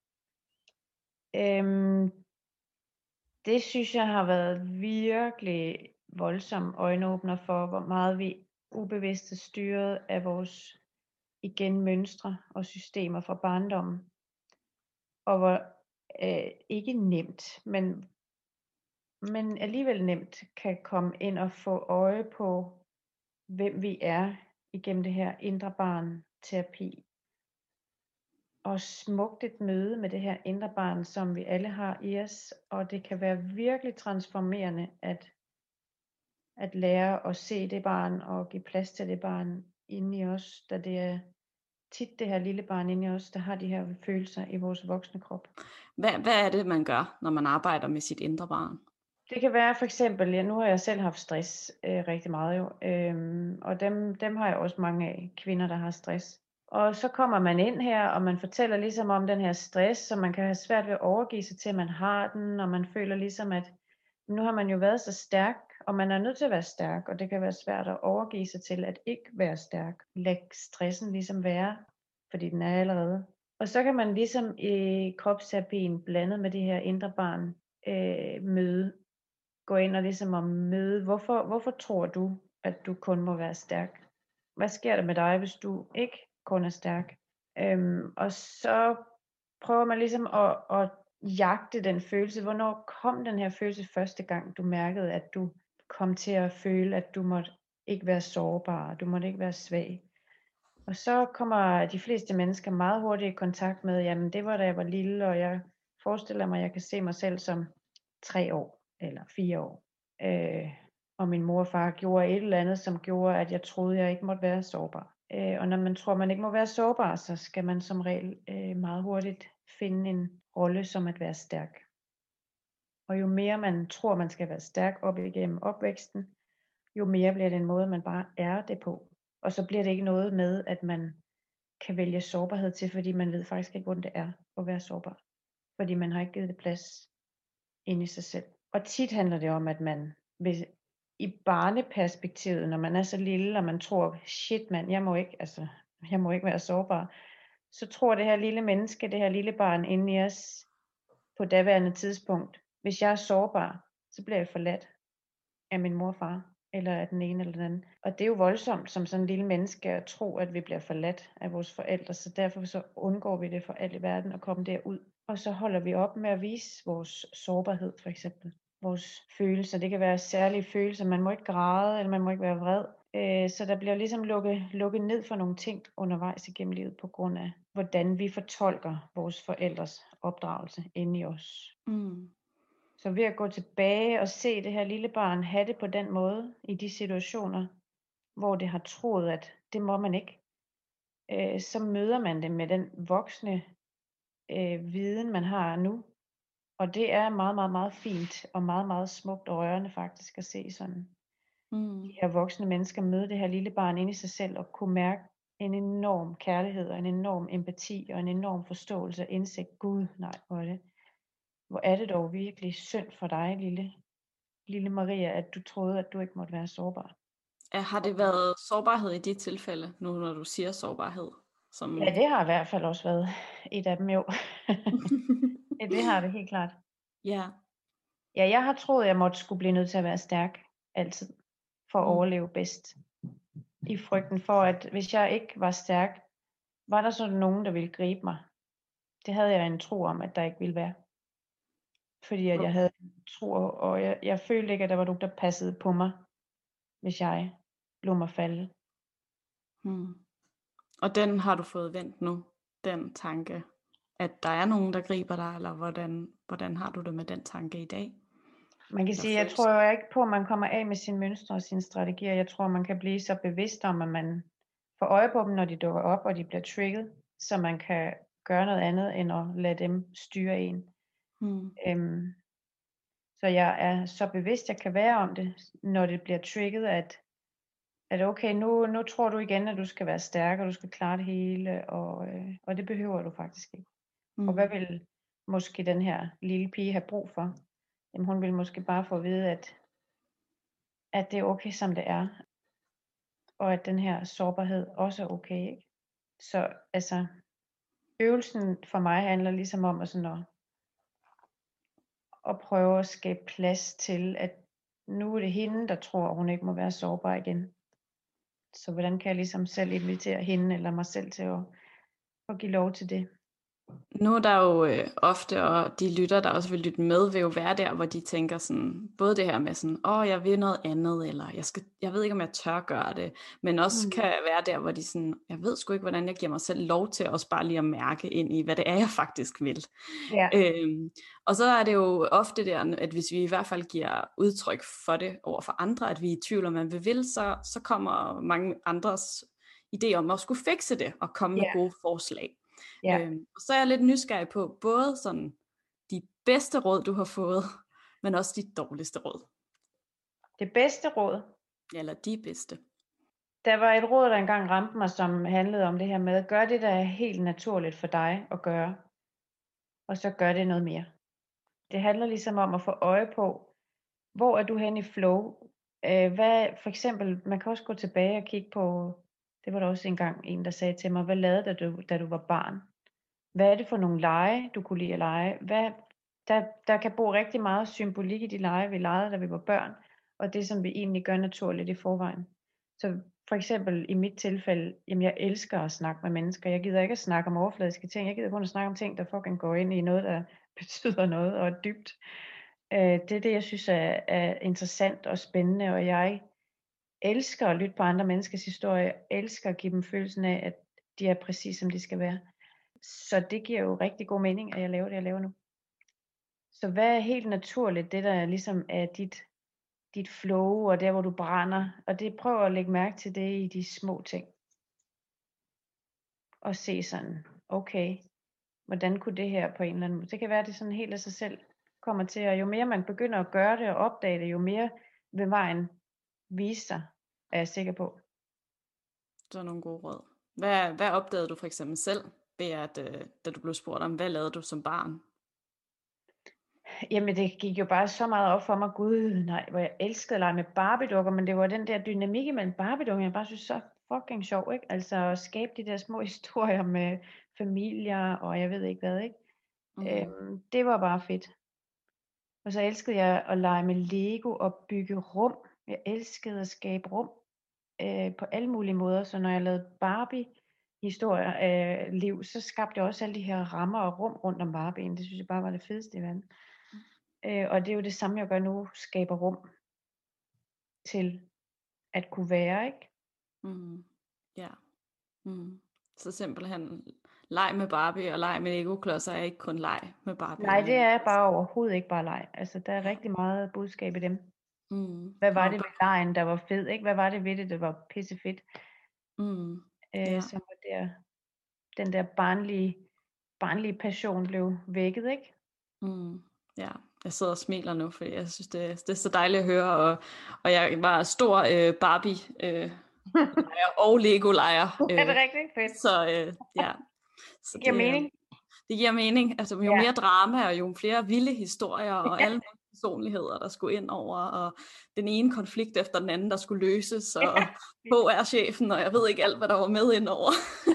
Speaker 2: Det synes jeg har været virkelig voldsom øjenåbner for, hvor meget vi ubevidst er styret af vores mønstre og systemer fra barndommen. Og hvor ikke nemt, men alligevel nemt kan komme ind og få øje på, hvem vi er igennem det her indre barn terapi. Og smukt et møde med det her indre barn, som vi alle har i os. Og det kan være virkelig transformerende at lære at se det barn og give plads til det barn inde i os, da det er tit det her lille barn inde i os, der har de her følelser i vores voksne krop.
Speaker 3: Hvad er det, man gør, når man arbejder med sit indre barn?
Speaker 2: Det kan være for eksempel, nu har jeg selv haft stress rigtig meget jo, og dem har jeg også mange af, kvinder der har stress. Og så kommer man ind her, og man fortæller ligesom om den her stress, så man kan have svært ved at overgive sig til, at man har den, og man føler ligesom, at nu har man jo været så stærk, og man er nødt til at være stærk, og det kan være svært at overgive sig til at ikke være stærk. Læg stressen ligesom være, fordi den er allerede Og så kan man ligesom i kropsterapien blandet med det her indre barn møde, gå ind og ligesom at møde, hvorfor tror du, at du kun må være stærk? Hvad sker der med dig, hvis du ikke kun er stærk? Og så prøver man ligesom at jagte den følelse. Hvornår kom den her følelse første gang, du mærkede, at du kom til at føle, at du måtte ikke være sårbar, du måtte ikke være svag? Og så kommer de fleste mennesker meget hurtigt i kontakt med, jamen det var da jeg var lille, og jeg forestiller mig, at jeg kan se mig selv som 3 år eller 4 år. Og min mor og far gjorde et eller andet, som gjorde, at jeg troede, jeg ikke måtte være sårbar. Og når man tror, man ikke må være sårbar, så skal man som regel meget hurtigt finde en rolle som at være stærk. Og jo mere man tror, man skal være stærk op igennem opvæksten, jo mere bliver det en måde, man bare er det på. Og så bliver det ikke noget med, at man kan vælge sårbarhed til, fordi man ved faktisk ikke, hvordan det er at være sårbar. Fordi man har ikke givet det plads inde i sig selv. Og tit handler det om, at man i barneperspektivet, når man er så lille, og man tror, shit mand, jeg må ikke være sårbar, så tror det her lille menneske, det her lille barn inde i os, på daværende tidspunkt, hvis jeg er sårbar, så bliver jeg forladt af min mor og far, eller af den ene eller den anden. Og det er jo voldsomt som sådan en lille menneske at tro, at vi bliver forladt af vores forældre, så derfor så undgår vi det for alt i verden at komme derud. Og så holder vi op med at vise vores sårbarhed, for eksempel. Vores følelser, det kan være særlige følelser, man må ikke græde, eller man må ikke være vred. Så der bliver ligesom lukket ned for nogle ting undervejs igennem livet, på grund af, hvordan vi fortolker vores forældres opdragelse inde i os.
Speaker 3: Mm.
Speaker 2: Så ved at gå tilbage og se det her lille barn have det på den måde, i de situationer, hvor det har troet, at det må man ikke, så møder man det med den voksne viden, man har nu. Og det er meget, meget, meget fint, og meget, meget smukt og rørende faktisk at se sådan de her voksne mennesker møde det her lille barn inde i sig selv, og kunne mærke en enorm kærlighed, og en enorm empati, og en enorm forståelse og indsigt. Gud, nej, hvor er det dog virkelig synd for dig, lille Maria, at du troede, at du ikke måtte være sårbar.
Speaker 3: Har det været sårbarhed i dit tilfælde, nu når du siger sårbarhed? Som...
Speaker 2: Ja, det har i hvert fald også været et af dem, jo. Ja, det har det helt klart.
Speaker 3: Ja.
Speaker 2: Ja, jeg har troet, jeg måtte skulle blive nødt til at være stærk, altid, for at overleve bedst. I frygten for, at hvis jeg ikke var stærk, var der sådan nogen, der ville gribe mig. Det havde jeg en tro om, at der ikke ville være. Fordi at jeg havde en tro, og jeg følte ikke, at der var nogen, der passede på mig, hvis jeg lod mig falde.
Speaker 3: Og den har du fået vendt nu, den tanke, at der er nogen, der griber dig, eller hvordan har du det med den tanke i dag?
Speaker 2: Man kan sige, jeg tror jo ikke på, at man kommer af med sine mønstre og sine strategier. Jeg tror, man kan blive så bevidst om, at man får øje på dem, når de dukker op, og de bliver trigget, så man kan gøre noget andet, end at lade dem styre en. Så jeg er så bevidst, jeg kan være om det, når det bliver trigget, at okay, nu tror du igen, at du skal være stærk, og du skal klare det hele, og det behøver du faktisk ikke. Og hvad vil måske den her lille pige have brug for? Jamen, hun vil måske bare få at vide, at det er okay, som det er, og at den her sårbarhed også er okay, ikke? Så altså, øvelsen for mig handler ligesom om at prøve at skabe plads til, at nu er det hende, der tror, hun ikke må være sårbar igen. Så hvordan kan jeg ligesom selv invitere hende eller mig selv til at give lov til det?
Speaker 3: Nu er der jo ofte, og de lytter, der også vil lytte med, vil jo være der, hvor de tænker sådan, både det her med sådan, jeg vil noget andet, eller jeg ved ikke, om jeg tør gøre det, men også kan være der, hvor de sådan, jeg ved sgu ikke, hvordan jeg giver mig selv lov til også bare lige at mærke ind i, hvad det er, jeg faktisk vil.
Speaker 2: Ja.
Speaker 3: Og så er det jo ofte der, at hvis vi i hvert fald giver udtryk for det over for andre, at vi er i tvivl om, hvad vi vil, så kommer mange andres idé om at skulle fikse det, og komme med gode forslag.
Speaker 2: Ja.
Speaker 3: Og så er jeg lidt nysgerrig på både sådan de bedste råd du har fået, men også de dårligste råd.
Speaker 2: Det bedste råd?
Speaker 3: Eller de bedste.
Speaker 2: Der var et råd, der engang ramte mig, som handlede om det her med at gøre det, der er helt naturligt for dig at gøre, og så gør det noget mere. Det handler ligesom om at få øje på, hvor er du hen i flow. Hvad for eksempel, man kan også gå tilbage og kigge på, det var der også engang en, der sagde til mig, hvad lavede du, da du var barn? hvad er det for nogle lege, du kunne lide at lege? Der kan bo rigtig meget symbolik i de lege, vi legede, da vi var børn, og det, som vi egentlig gør naturligt i forvejen. Så for eksempel i mit tilfælde, jamen jeg elsker at snakke med mennesker. Jeg gider ikke at snakke om overfladiske ting. Jeg gider kun at snakke om ting, der fucking går ind i noget, der betyder noget og er dybt. Det er det, jeg synes er interessant og spændende, og jeg elsker at lytte på andre menneskers historie. Jeg elsker at give dem følelsen af, at de er præcis som de skal være. Så det giver jo rigtig god mening, at jeg laver det, jeg laver nu. Så hvad er helt naturligt, det der ligesom er dit flow, og der hvor du brænder, og det prøver at lægge mærke til det i de små ting. Og se sådan, okay, hvordan kunne det her på en eller anden måde. Det kan være, at det sådan helt af sig selv kommer til, og jo mere man begynder at gøre det og opdage det, jo mere vil vejen vise sig, er jeg sikker på.
Speaker 3: Det er nogle gode råd. Hvad opdagede du for eksempel selv, ved at, da du blev spurgt om, hvad lavede du som barn?
Speaker 2: Jamen det gik jo bare så meget op for mig, gud nej, hvor jeg elskede at lege med Barbie-dukker, men det var den der dynamik imellem Barbie-dukker, jeg bare synes så fucking sjov, ikke? Altså at skabe de der små historier med familier, og jeg ved ikke hvad, ikke? Det var bare fedt. Og så elskede jeg at lege med Lego og bygge rum. Jeg elskede at skabe rum på alle mulige måder, så når jeg lavede Barbie-historier af liv, så skabte jeg også alle de her rammer og rum rundt om Barbie'en. Det synes jeg bare var det fedeste i verden. Og det er jo det samme, jeg gør nu, skaber rum til at kunne være, ikke?
Speaker 3: Ja. Så simpelthen leg med Barbie og leg med Lego-klodser er ikke kun leg med Barbie.
Speaker 2: Nej, det er bare overhovedet ikke bare leg. Altså, der er rigtig meget budskab i dem. Hvad var det ved legen, der var fed, ikke? Hvad var det ved det, der var pissefedt? Som var den der barnlige passion blev vækket, ikke?
Speaker 3: Ja, jeg sidder og smiler nu, fordi jeg synes, det er så dejligt at høre, og jeg var stor Barbie og Lego-lejer.
Speaker 2: Er det rigtig fedt?
Speaker 3: Så ja. Så
Speaker 2: det giver mening.
Speaker 3: Det giver mening. Altså jo mere drama, og jo flere vilde historier, og alle personligheder, der skulle ind over, og den ene konflikt efter den anden, der skulle løses, og HR-chefen, og jeg ved ikke alt, hvad der var med ind over.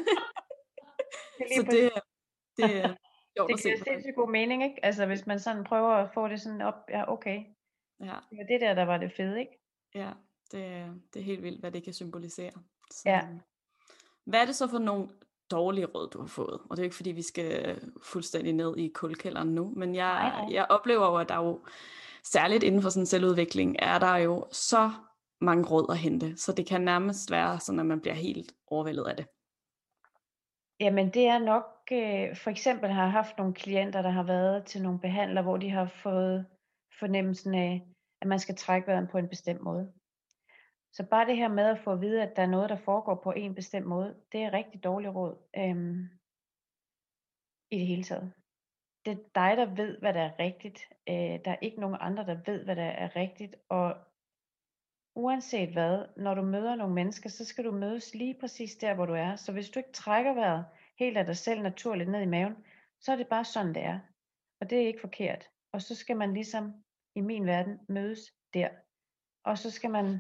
Speaker 3: Så det
Speaker 2: giver sindssygt god mening, ikke? Altså hvis man sådan prøver at få det sådan op, ja okay.
Speaker 3: Ja.
Speaker 2: Det var det der var det fede, ikke?
Speaker 3: Ja, det er helt vildt, hvad det kan symbolisere. Så,
Speaker 2: ja.
Speaker 3: Hvad er det så for nogle dårlige råd, du har fået? Og det er ikke fordi, vi skal fuldstændig ned i kulkælderen nu, men jeg oplever jo, at der jo, særligt inden for sådan selvudvikling, er der jo så mange råd at hente, så det kan nærmest være sådan, at man bliver helt overvældet af det.
Speaker 2: Jamen det er nok, for eksempel har jeg haft nogle klienter, der har været til nogle behandlere, hvor de har fået fornemmelsen af, at man skal trække vejret på en bestemt måde. Så bare det her med at få at vide, at der er noget, der foregår på en bestemt måde, det er rigtig dårligt råd i det hele taget. Det er dig, der ved, hvad der er rigtigt. Der er ikke nogen andre, der ved, hvad der er rigtigt. Og uanset hvad, når du møder nogle mennesker, så skal du mødes lige præcis der, hvor du er. Så hvis du ikke trækker vejret helt af dig selv naturligt ned i maven, så er det bare sådan, det er. Og det er ikke forkert. Og så skal man ligesom i min verden mødes der. Og så skal man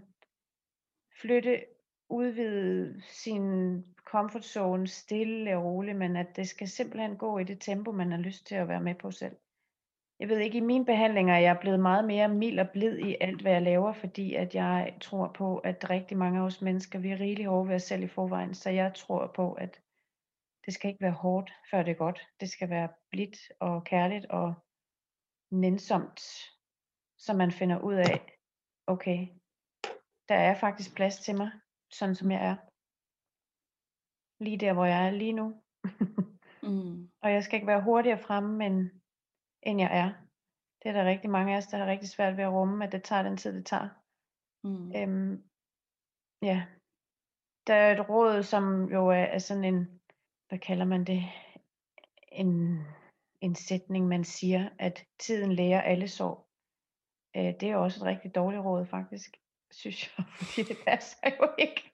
Speaker 2: udvide sin comfort zone stille og roligt, men at det skal simpelthen gå i det tempo, man har lyst til at være med på selv. Jeg ved ikke, i mine behandlinger er jeg blevet meget mere mild og blid i alt, hvad jeg laver, fordi at jeg tror på, at rigtig mange af os mennesker, vi er rigeligt hårde ved os selv i forvejen, så jeg tror på, at det skal ikke være hårdt, før det er godt. Det skal være blidt og kærligt og nænsomt, så man finder ud af, okay, der er faktisk plads til mig, sådan som jeg er. Lige der, hvor jeg er lige nu. Og jeg skal ikke være hurtigere fremme, end jeg er. Det er der rigtig mange af os, der har rigtig svært ved at rumme, at det tager den tid, det tager. Ja. Der er et råd, som jo er sådan en, hvad kalder man det? En sætning, man siger, at tiden lærer alle sår. Det er jo også et rigtig dårligt råd, faktisk. Synes jeg, fordi det passer jo ikke.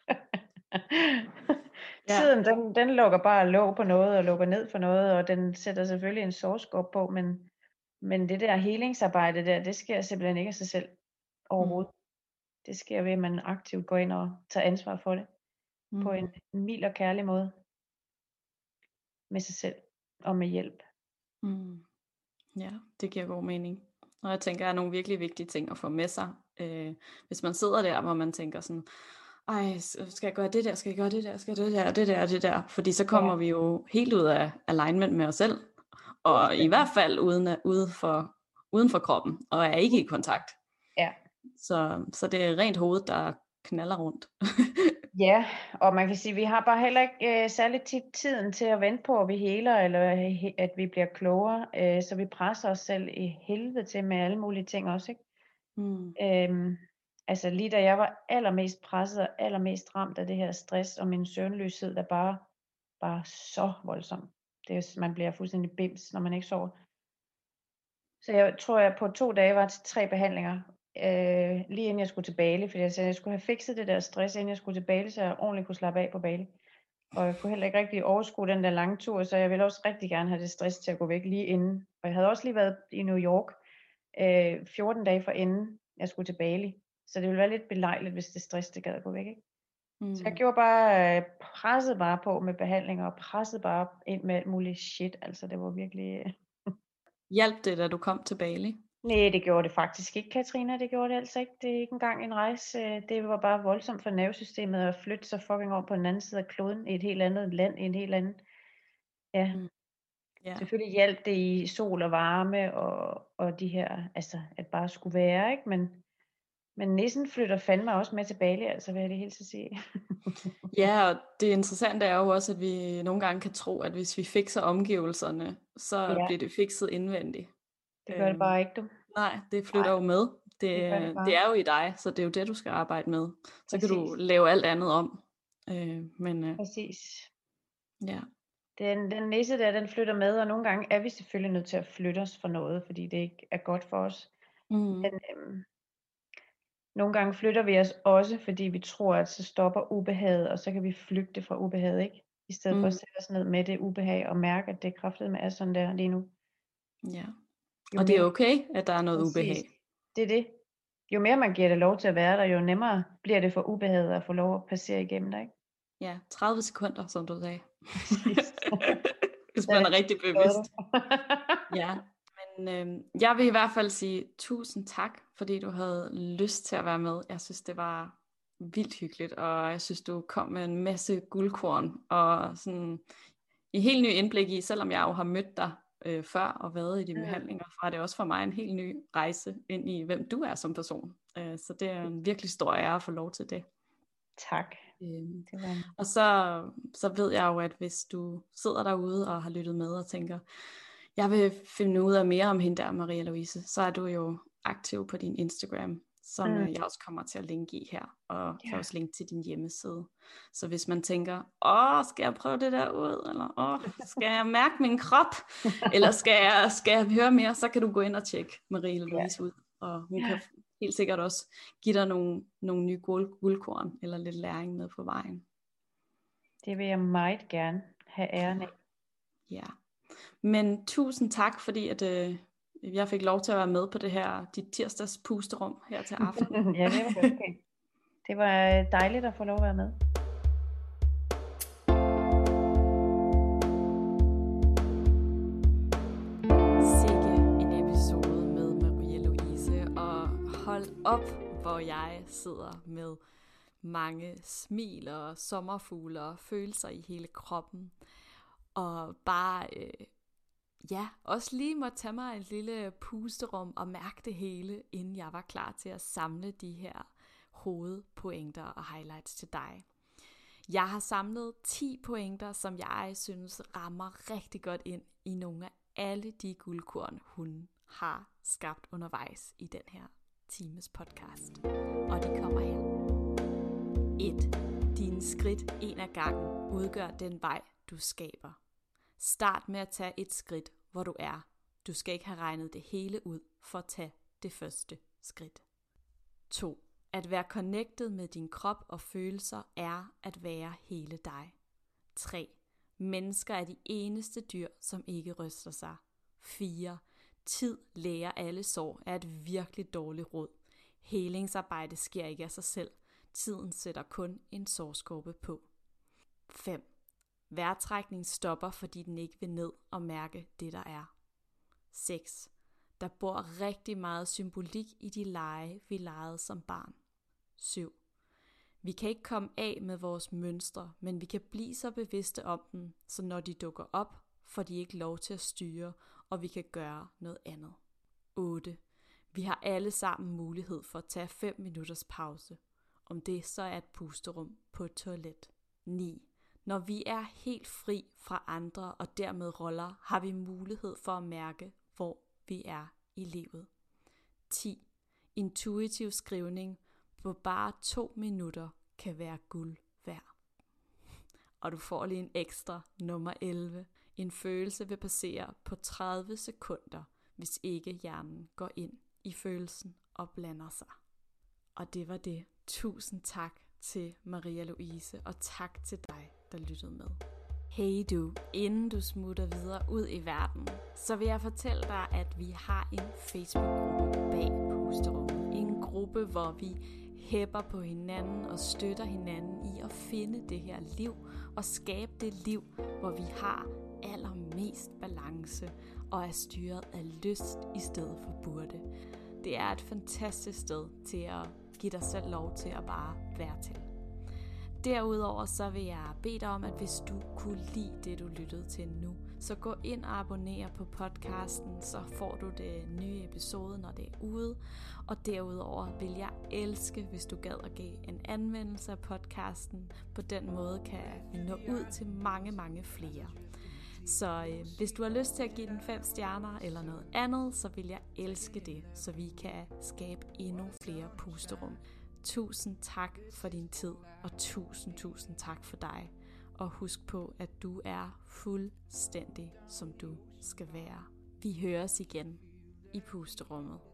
Speaker 2: Tiden, den lukker bare låg på noget, og lukker ned for noget, og den sætter selvfølgelig en sårskub på, men det der helingsarbejde der, det sker simpelthen ikke af sig selv overhovedet. Det sker ved, at man aktivt går ind og tager ansvar for det, på en mild og kærlig måde, med sig selv. og med hjælp.
Speaker 3: Mm. Ja, det giver god mening. Og jeg tænker, at der er nogle virkelig vigtige ting at få med sig. Hvis man sidder der, hvor man tænker sådan, ej, skal jeg gøre det der, skal jeg gøre det der, skal jeg det der, det der, det der. Fordi så kommer vi jo helt ud af alignment med os selv. Og i hvert fald uden for kroppen, og er ikke i kontakt.
Speaker 2: Ja.
Speaker 3: Så det er rent hoved, der knaller rundt.
Speaker 2: Ja, og man kan sige, at vi har bare heller ikke særlig tit tiden til at vente på, at vi heler, eller at vi bliver klogere. Så vi presser os selv i helvede til med alle mulige ting også, ikke? Altså lige da jeg var allermest presset og allermest ramt af det her stress og min søvnløshed, der bare så voldsom. Man bliver fuldstændig bims, når man ikke sover. Så jeg tror, jeg på 2 dage var til 3 behandlinger, lige inden jeg skulle til Bali, fordi jeg skulle have fikset det der stress, inden jeg skulle til Bali, så jeg ordentligt kunne slappe af på Bali. Og jeg kunne heller ikke rigtig overskue den der lange tur, så jeg ville også rigtig gerne have det stress til at gå væk lige inden. Og jeg havde også lige været i New York 14 dage for inden jeg skulle til Bali. Så det ville være lidt belejligt, hvis det stress det gad at gå væk, ikke? Så jeg gjorde bare, pressede bare på med behandlinger, og pressede bare ind med alt muligt shit. Altså det var virkelig...
Speaker 3: Hjalp det, da du kom til Bali?
Speaker 2: Nej, det gjorde det faktisk ikke, Katrina. Det gjorde det altså ikke. Det er ikke engang en rejse. Det var bare voldsomt for nervesystemet at flytte sig fucking over på den anden side af kloden, i et helt andet land, i en helt anden... Ja. Yeah. Selvfølgelig hjalp det i sol og varme, og de her, altså at bare skulle være, ikke? Men nissen flytter fandme også med til Bali, altså vil jeg det helt så sige.
Speaker 3: Ja, og det interessante er jo også, at vi nogle gange kan tro, at hvis vi fikser omgivelserne, så bliver det fikset indvendigt.
Speaker 2: Det gør det bare ikke, du.
Speaker 3: Nej, det flytter jo med. Det er jo i dig, så det er jo det, du skal arbejde med. Så kan du lave alt andet om.
Speaker 2: Præcis.
Speaker 3: Ja.
Speaker 2: Den nisse der, den flytter med, og nogle gange er vi selvfølgelig nødt til at flytte os for noget, fordi det ikke er godt for os. Men nogle gange flytter vi os også, fordi vi tror, at så stopper ubehaget, og så kan vi flygte fra ubehaget, ikke? I stedet for at sætte os ned med det ubehag og mærke, at det kraftedeme er sådan der lige nu.
Speaker 3: Ja. Og det er okay, at der er noget ubehag.
Speaker 2: Det er det. Jo mere man giver det lov til at være der, jo nemmere bliver det for ubehaget at få lov at passere igennem dig, ikke?
Speaker 3: Ja, 30 sekunder, som du sagde. Hvis man er rigtig bevidst. Ja, men jeg vil i hvert fald sige tusind tak, fordi du havde lyst til at være med. Jeg synes, det var vildt hyggeligt, og jeg synes, du kom med en masse guldkorn, og sådan en helt ny indblik i, selvom jeg jo har mødt dig før og været i dine behandlinger, så er det også for mig en helt ny rejse ind i, hvem du er som person. Så det er en virkelig stor ære at få lov til det.
Speaker 2: Tak.
Speaker 3: Og så ved jeg jo, at hvis du sidder derude og har lyttet med og tænker, jeg vil finde ud af mere om hende der, Maria Louise, så er du jo aktiv på din Instagram, som jeg også kommer til at linke i her, og kan også linke til din hjemmeside. Så hvis man tænker, skal jeg prøve det der ud, eller skal jeg mærke min krop, eller skal jeg høre mere, så kan du gå ind og tjekke Maria Louise ud, og hun kan helt sikkert også give dig nogle nye guldkorn, eller lidt læring med på vejen.
Speaker 2: Det vil jeg meget gerne have æren af.
Speaker 3: Ja, men tusind tak, fordi at jeg fik lov til at være med på det her, dit tirsdags pusterum her til aften.
Speaker 2: Ja, det var okay. Det var dejligt at få lov at være med.
Speaker 1: Sikke en episode med Maria Louise, og hold op, hvor jeg sidder med mange smil og sommerfugle og følelser i hele kroppen. Og bare, også lige må tage mig et lille pusterum og mærke det hele, inden jeg var klar til at samle de her hovedpointer og highlights til dig. Jeg har samlet 10 pointer, som jeg synes rammer rigtig godt ind i nogle af alle de guldkorn, hun har skabt undervejs i den her times podcast. Og de kommer her. 1. Dine skridt en ad gangen udgør den vej, du skaber. Start med at tage et skridt, hvor du er. Du skal ikke have regnet det hele ud for at tage det første skridt. 2. At være connected med din krop og følelser er at være hele dig. 3. Mennesker er de eneste dyr, som ikke ryster sig. 4. Tid læger alle sår er et virkelig dårligt råd. Helingsarbejde sker ikke af sig selv. Tiden sætter kun en sårskorpe på. 5. Vejrtrækning stopper, fordi den ikke vil ned og mærke det, der er. 6. Der bor rigtig meget symbolik i de lege, vi legede som barn. 7. Vi kan ikke komme af med vores mønstre, men vi kan blive så bevidste om dem, så når de dukker op, får de ikke lov til at styre, og vi kan gøre noget andet. 8. Vi har alle sammen mulighed for at tage 5 minutters pause. Om det så er et pusterum på et toilet. 9. Når vi er helt fri fra andre og dermed roller, har vi mulighed for at mærke, hvor vi er i livet. 10. Intuitiv skrivning på bare 2 minutter kan være guld værd. Og du får lige en ekstra, nummer 11. En følelse vil passere på 30 sekunder, hvis ikke hjernen går ind i følelsen og blander sig. Og det var det. Tusind tak til Maria Louise, og tak til dig, der lyttede med. Hey du, inden du smutter videre ud i verden, så vil jeg fortælle dig, at vi har en Facebook-gruppe bag Pusterummet. En gruppe, hvor vi hæpper på hinanden og støtter hinanden i at finde det her liv og skabe det liv, hvor vi har allermest balance og er styret af lyst i stedet for burde. Det er et fantastisk sted til at give dig selv lov til at bare være til. Derudover så vil jeg bede dig om, at hvis du kunne lide det, du lyttede til nu, så gå ind og abonner på podcasten, så får du det nye episode, når det er ude. Og derudover vil jeg elske, hvis du gad at give en anmeldelse af podcasten. På den måde kan vi nå ud til mange, mange flere. Så hvis du har lyst til at give den 5 stjerner eller noget andet, så vil jeg elske det, så vi kan skabe endnu flere pusterum. Tusind tak for din tid, og tusind tak for dig. Og husk på, at du er fuldstændig, som du skal være. Vi høres igen i Pusterummet.